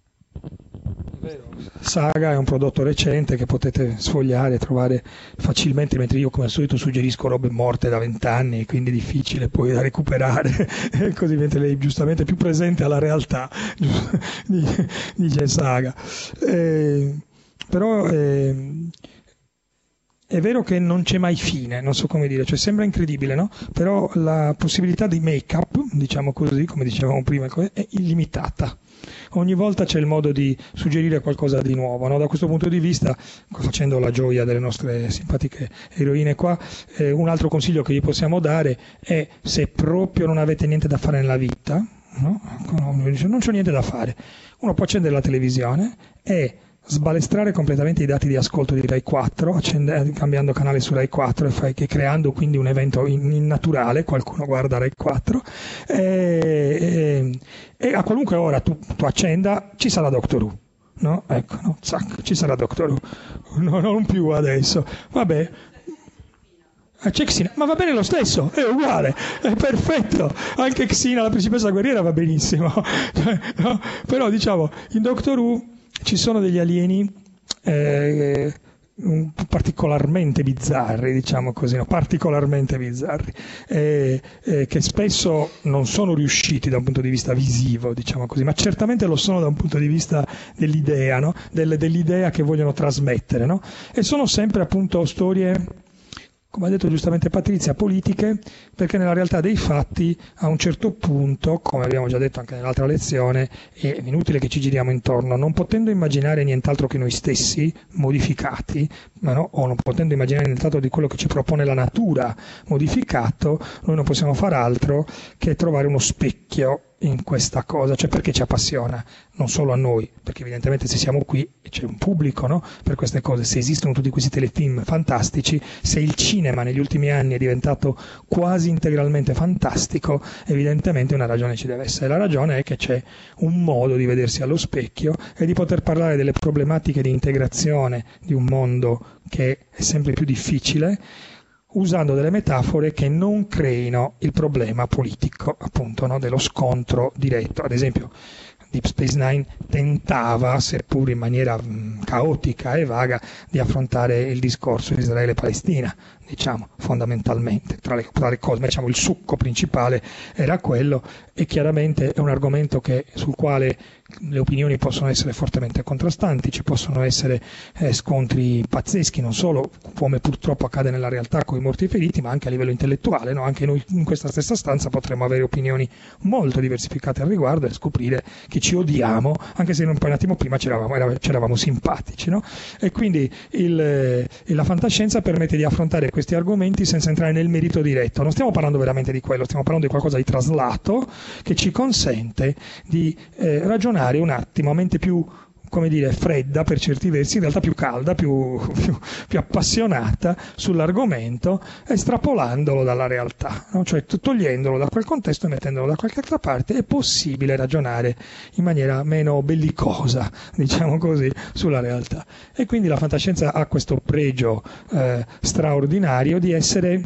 Saga è un prodotto recente che potete sfogliare e trovare facilmente, mentre io come al solito suggerisco robe morte da vent'anni, quindi difficile poi da recuperare, così mentre lei giustamente è più presente alla realtà, dice Saga. Eh, però eh, è vero che non c'è mai fine, non so come dire, cioè sembra incredibile, no? Però la possibilità di make-up, diciamo così, come dicevamo prima, è illimitata. Ogni volta c'è il modo di suggerire qualcosa di nuovo, no? Da questo punto di vista, facendo la gioia delle nostre simpatiche eroine qua, eh, un altro consiglio che gli possiamo dare è, se proprio non avete niente da fare nella vita, no? Non c'ho niente da fare, uno può accendere la televisione e sbalestrare completamente i dati di ascolto di Rai quattro, accende, cambiando canale su Rai quattro e, fai, che creando quindi un evento innaturale, qualcuno guarda Rai quattro, e, e, e a qualunque ora tu, tu accenda, ci sarà Doctor Who, no? Ecco, no? Zac, ci sarà Doctor Who, no, non più adesso, vabbè. C'è Xina, ma va bene lo stesso, è uguale, è perfetto, anche Xina, la principessa guerriera, va benissimo, no? Però diciamo, in Doctor Who ci sono degli alieni eh, particolarmente bizzarri, diciamo così, no? particolarmente bizzarri, eh, eh, che spesso non sono riusciti da un punto di vista visivo, diciamo così, ma certamente lo sono da un punto di vista dell'idea, no? Del, dell'idea che vogliono trasmettere, no? E sono sempre appunto storie, come ha detto giustamente Patrizia, politiche, perché nella realtà dei fatti a un certo punto, come abbiamo già detto anche nell'altra lezione, è inutile che ci giriamo intorno, non potendo immaginare nient'altro che noi stessi modificati, ma no, o non potendo immaginare nient'altro di quello che ci propone la natura modificato, noi non possiamo far altro che trovare uno specchio in questa cosa, cioè perché ci appassiona, non solo a noi, perché evidentemente se siamo qui e c'è un pubblico, no, per queste cose, se esistono tutti questi telefilm fantastici, se il cinema negli ultimi anni è diventato quasi integralmente fantastico, evidentemente una ragione ci deve essere. La ragione è che c'è un modo di vedersi allo specchio e di poter parlare delle problematiche di integrazione di un mondo che è sempre più difficile, usando delle metafore che non creino il problema politico, appunto, no, dello scontro diretto. Ad esempio, Deep Space Nine tentava, seppur in maniera mh, caotica e vaga, di affrontare il discorso Israele-Palestina, diciamo, fondamentalmente, tra le, tra le cose, ma diciamo il succo principale era quello, e chiaramente è un argomento che, sul quale le opinioni possono essere fortemente contrastanti, ci possono essere eh, scontri pazzeschi, non solo come purtroppo accade nella realtà con i morti e i feriti, ma anche a livello intellettuale, no? Anche noi in questa stessa stanza potremmo avere opinioni molto diversificate al riguardo e scoprire che ci odiamo, anche se un po' un attimo prima c'eravamo, c'eravamo simpatici, no? E quindi il, la fantascienza permette di affrontare questi argomenti senza entrare nel merito diretto. Non stiamo parlando veramente di quello, stiamo parlando di qualcosa di traslato che ci consente di eh, ragionare un attimo a mente più, come dire, fredda per certi versi, in realtà più calda, più, più, più appassionata sull'argomento, estrapolandolo dalla realtà, no? Cioè togliendolo da quel contesto e mettendolo da qualche altra parte. È possibile ragionare in maniera meno bellicosa, diciamo così, sulla realtà. E quindi la fantascienza ha questo pregio eh, straordinario di essere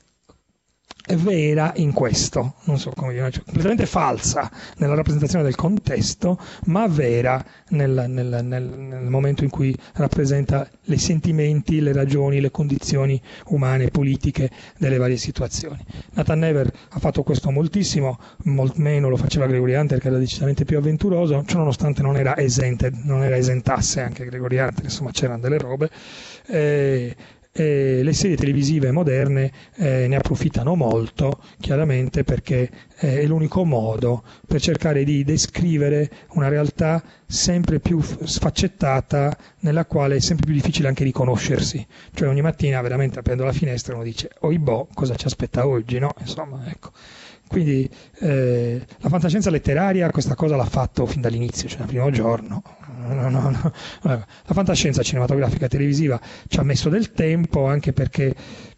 vera in questo, non so come dire, cioè, completamente falsa nella rappresentazione del contesto, ma vera nel, nel, nel, nel momento in cui rappresenta i sentimenti, le ragioni, le condizioni umane e politiche delle varie situazioni. Nathan Never ha fatto questo moltissimo, molto meno lo faceva Gregory Hunter, che era decisamente più avventuroso, ciò nonostante non era esente, non era esentasse anche Gregory Hunter, insomma c'erano delle robe. Eh, E le serie televisive moderne eh, ne approfittano molto, chiaramente, perché eh, è l'unico modo per cercare di descrivere una realtà sempre più sfaccettata, nella quale è sempre più difficile anche riconoscersi. Cioè ogni mattina veramente aprendo la finestra uno dice oibò, cosa ci aspetta oggi, no? Insomma, ecco. Quindi eh, la fantascienza letteraria questa cosa l'ha fatto fin dall'inizio, cioè dal primo giorno. No, no, no. La fantascienza cinematografica e televisiva ci ha messo del tempo, anche perché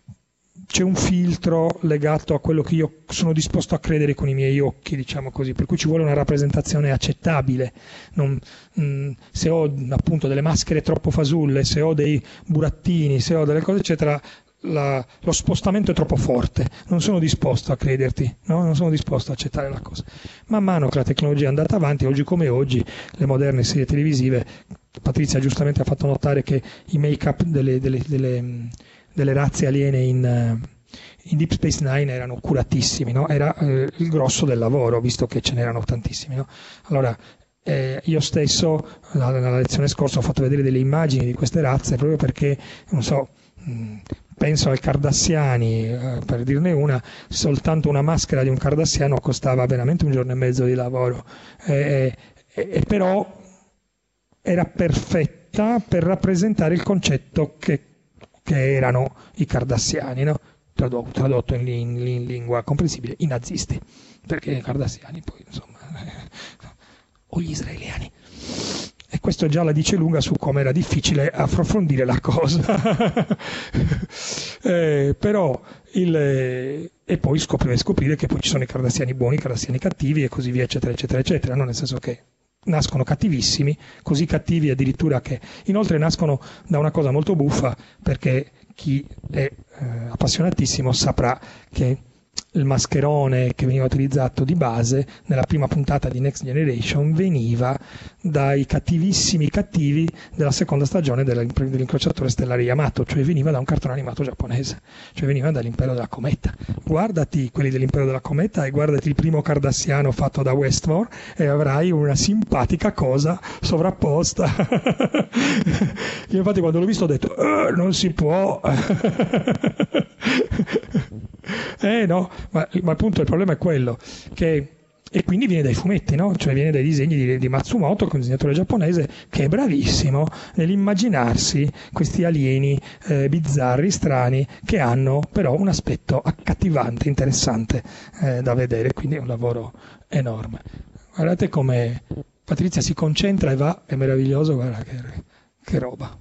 c'è un filtro legato a quello che io sono disposto a credere con i miei occhi, diciamo così, per cui ci vuole una rappresentazione accettabile. Non, mh, se ho appunto delle maschere troppo fasulle, se ho dei burattini, se ho delle cose eccetera, La, lo spostamento è troppo forte, non sono disposto a crederti, no? Non sono disposto a accettare la cosa. Man mano che la tecnologia è andata avanti, oggi come oggi, le moderne serie televisive, Patrizia giustamente ha fatto notare che i make-up delle, delle, delle, delle razze aliene in, in Deep Space Nine erano curatissimi, no? Era eh, il grosso del lavoro, visto che ce n'erano tantissimi, no? Allora, eh, io stesso, nella lezione scorsa, ho fatto vedere delle immagini di queste razze, proprio perché, non so, mh, penso ai Cardassiani, eh, per dirne una, soltanto una maschera di un Cardassiano costava veramente un giorno e mezzo di lavoro, e, e, e però era perfetta per rappresentare il concetto che, che erano i Cardassiani, no? Tradotto, tradotto in, in, in lingua comprensibile, i nazisti, perché i Cardassiani poi, insomma, eh, o gli israeliani. E questo già la dice lunga su come era difficile approfondire la cosa. eh, però il, eh, e poi scoprire, scoprire che poi ci sono i cardassiani buoni, i cardassiani cattivi e così via, eccetera, eccetera, eccetera, no? Nel senso che nascono cattivissimi, così cattivi addirittura che inoltre nascono da una cosa molto buffa, perché chi è eh, appassionatissimo saprà che il mascherone che veniva utilizzato di base nella prima puntata di Next Generation veniva dai cattivissimi cattivi della seconda stagione dell'incrociatore stellare Yamato, cioè veniva da un cartone animato giapponese, cioè veniva dall'impero della cometa. Guardati quelli dell'impero della cometa e guardati il primo cardassiano fatto da Westmore e avrai una simpatica cosa sovrapposta. Io infatti quando l'ho visto ho detto eh, non si può. Eh no, ma, ma appunto il problema è quello che, e quindi viene dai fumetti, no? Cioè viene dai disegni di, di Matsumoto, che è un disegnatore giapponese che è bravissimo nell'immaginarsi questi alieni eh, bizzarri, strani, che hanno però un aspetto accattivante, interessante eh, da vedere, quindi è un lavoro enorme. Guardate come Patrizia si concentra e va, è meraviglioso, guarda che, che roba.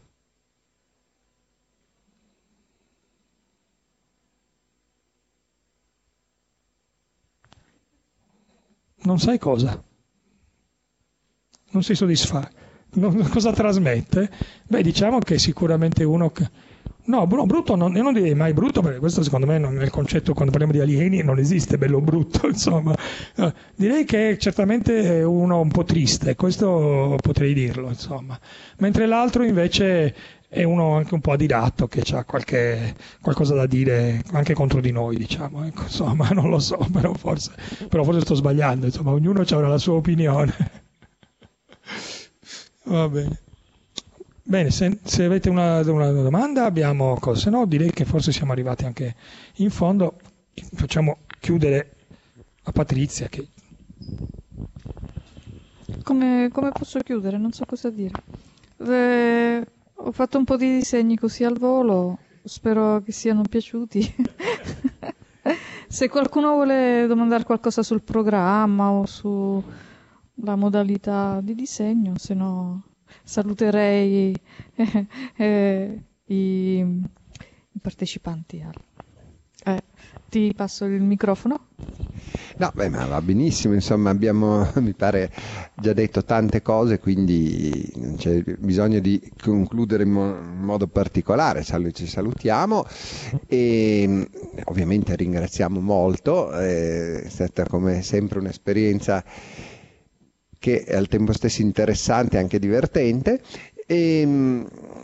Non sai cosa? Non si soddisfa. Non, cosa trasmette? Beh, diciamo che sicuramente uno che... No, brutto, non, io non direi mai brutto, perché questo secondo me non, nel concetto, quando parliamo di alieni, non esiste bello o brutto, insomma. Eh, direi che certamente è uno un po' triste, questo potrei dirlo, insomma. Mentre l'altro invece è uno anche un po' adirato, che ha qualche qualcosa da dire anche contro di noi, diciamo, ecco, insomma, non lo so, però forse, però forse sto sbagliando, insomma, ognuno avrà la sua opinione. Va bene. Bene, se, se avete una, una domanda abbiamo cosa, se no direi che forse siamo arrivati anche in fondo. Facciamo chiudere a Patrizia che... Come, come posso chiudere? Non so cosa dire. Eh, ho fatto un po' di disegni così al volo, spero che siano piaciuti. Se qualcuno vuole domandare qualcosa sul programma o sulla modalità di disegno, se no saluterei eh, eh, i, i partecipanti. Al... Eh, ti passo il microfono. No, beh, ma va benissimo, insomma abbiamo, mi pare, già detto tante cose, quindi non c'è bisogno di concludere in, mo- in modo particolare. Sal- ci salutiamo e ovviamente ringraziamo molto, è stata come sempre un'esperienza che è al tempo stesso interessante e anche divertente. E,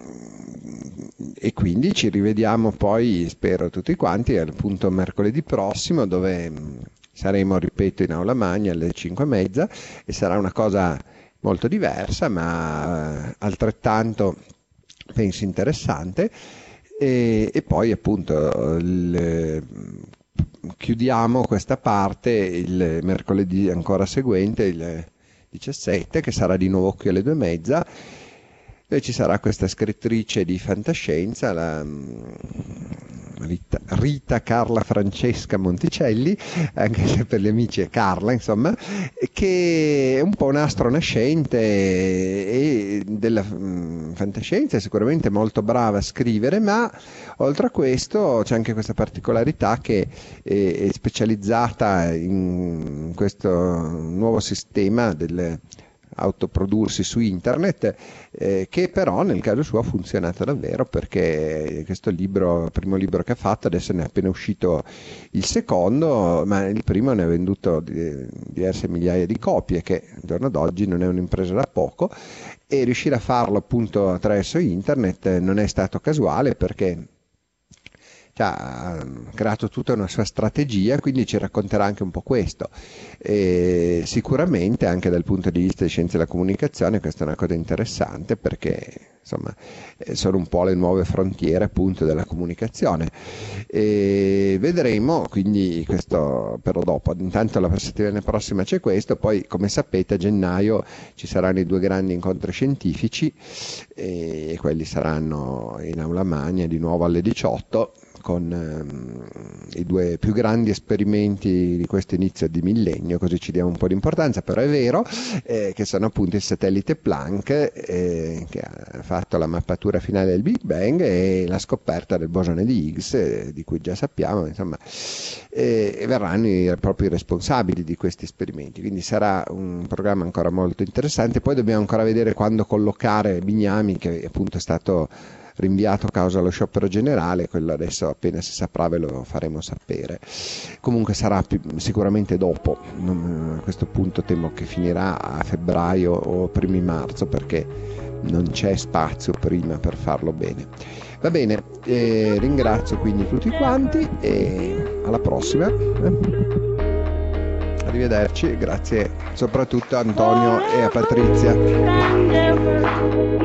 e quindi ci rivediamo poi, spero tutti quanti, appunto mercoledì prossimo, dove saremo, ripeto, in aula magna alle cinque e mezza e sarà una cosa molto diversa ma altrettanto penso interessante. E, e poi appunto il, chiudiamo questa parte il mercoledì ancora seguente, il diciassette, che sarà di nuovo qui alle due e mezza. Dove ci sarà questa scrittrice di fantascienza, la Rita, Rita Carla Francesca Monticelli, anche se per gli amici è Carla, insomma, che è un po' un astro nascente e della mh, fantascienza, è sicuramente molto brava a scrivere, ma oltre a questo c'è anche questa particolarità che è, è specializzata in questo nuovo sistema del autoprodursi su internet, eh, che però nel caso suo ha funzionato davvero, perché questo libro, il primo libro che ha fatto, adesso ne è appena uscito il secondo, ma il primo ne ha venduto di, diverse migliaia di copie, che al giorno d'oggi non è un'impresa da poco, e riuscire a farlo appunto attraverso internet non è stato casuale, perché cioè, ha creato tutta una sua strategia, quindi ci racconterà anche un po' questo. E sicuramente anche dal punto di vista di scienze della comunicazione questa è una cosa interessante, perché insomma sono un po' le nuove frontiere appunto della comunicazione. E vedremo, quindi questo però dopo. Intanto la settimana prossima c'è questo, poi come sapete a gennaio ci saranno i due grandi incontri scientifici e quelli saranno in aula magna di nuovo alle diciotto, con ehm, i due più grandi esperimenti di questo inizio di millennio, così ci diamo un po' di importanza, però è vero, eh, che sono appunto il satellite Planck, eh, che ha fatto la mappatura finale del Big Bang, e la scoperta del bosone di Higgs, eh, di cui già sappiamo, insomma, eh, e verranno i propri responsabili di questi esperimenti, quindi sarà un programma ancora molto interessante. Poi dobbiamo ancora vedere quando collocare Bignami, che appunto è stato rinviato a causa dello sciopero generale, quello adesso appena si saprà ve lo faremo sapere. Comunque sarà più, sicuramente dopo, non, a questo punto temo che finirà a febbraio o primi marzo, perché non c'è spazio prima per farlo bene. Va bene, eh, ringrazio quindi tutti quanti e alla prossima. Arrivederci, grazie soprattutto a Antonio e a Patrizia.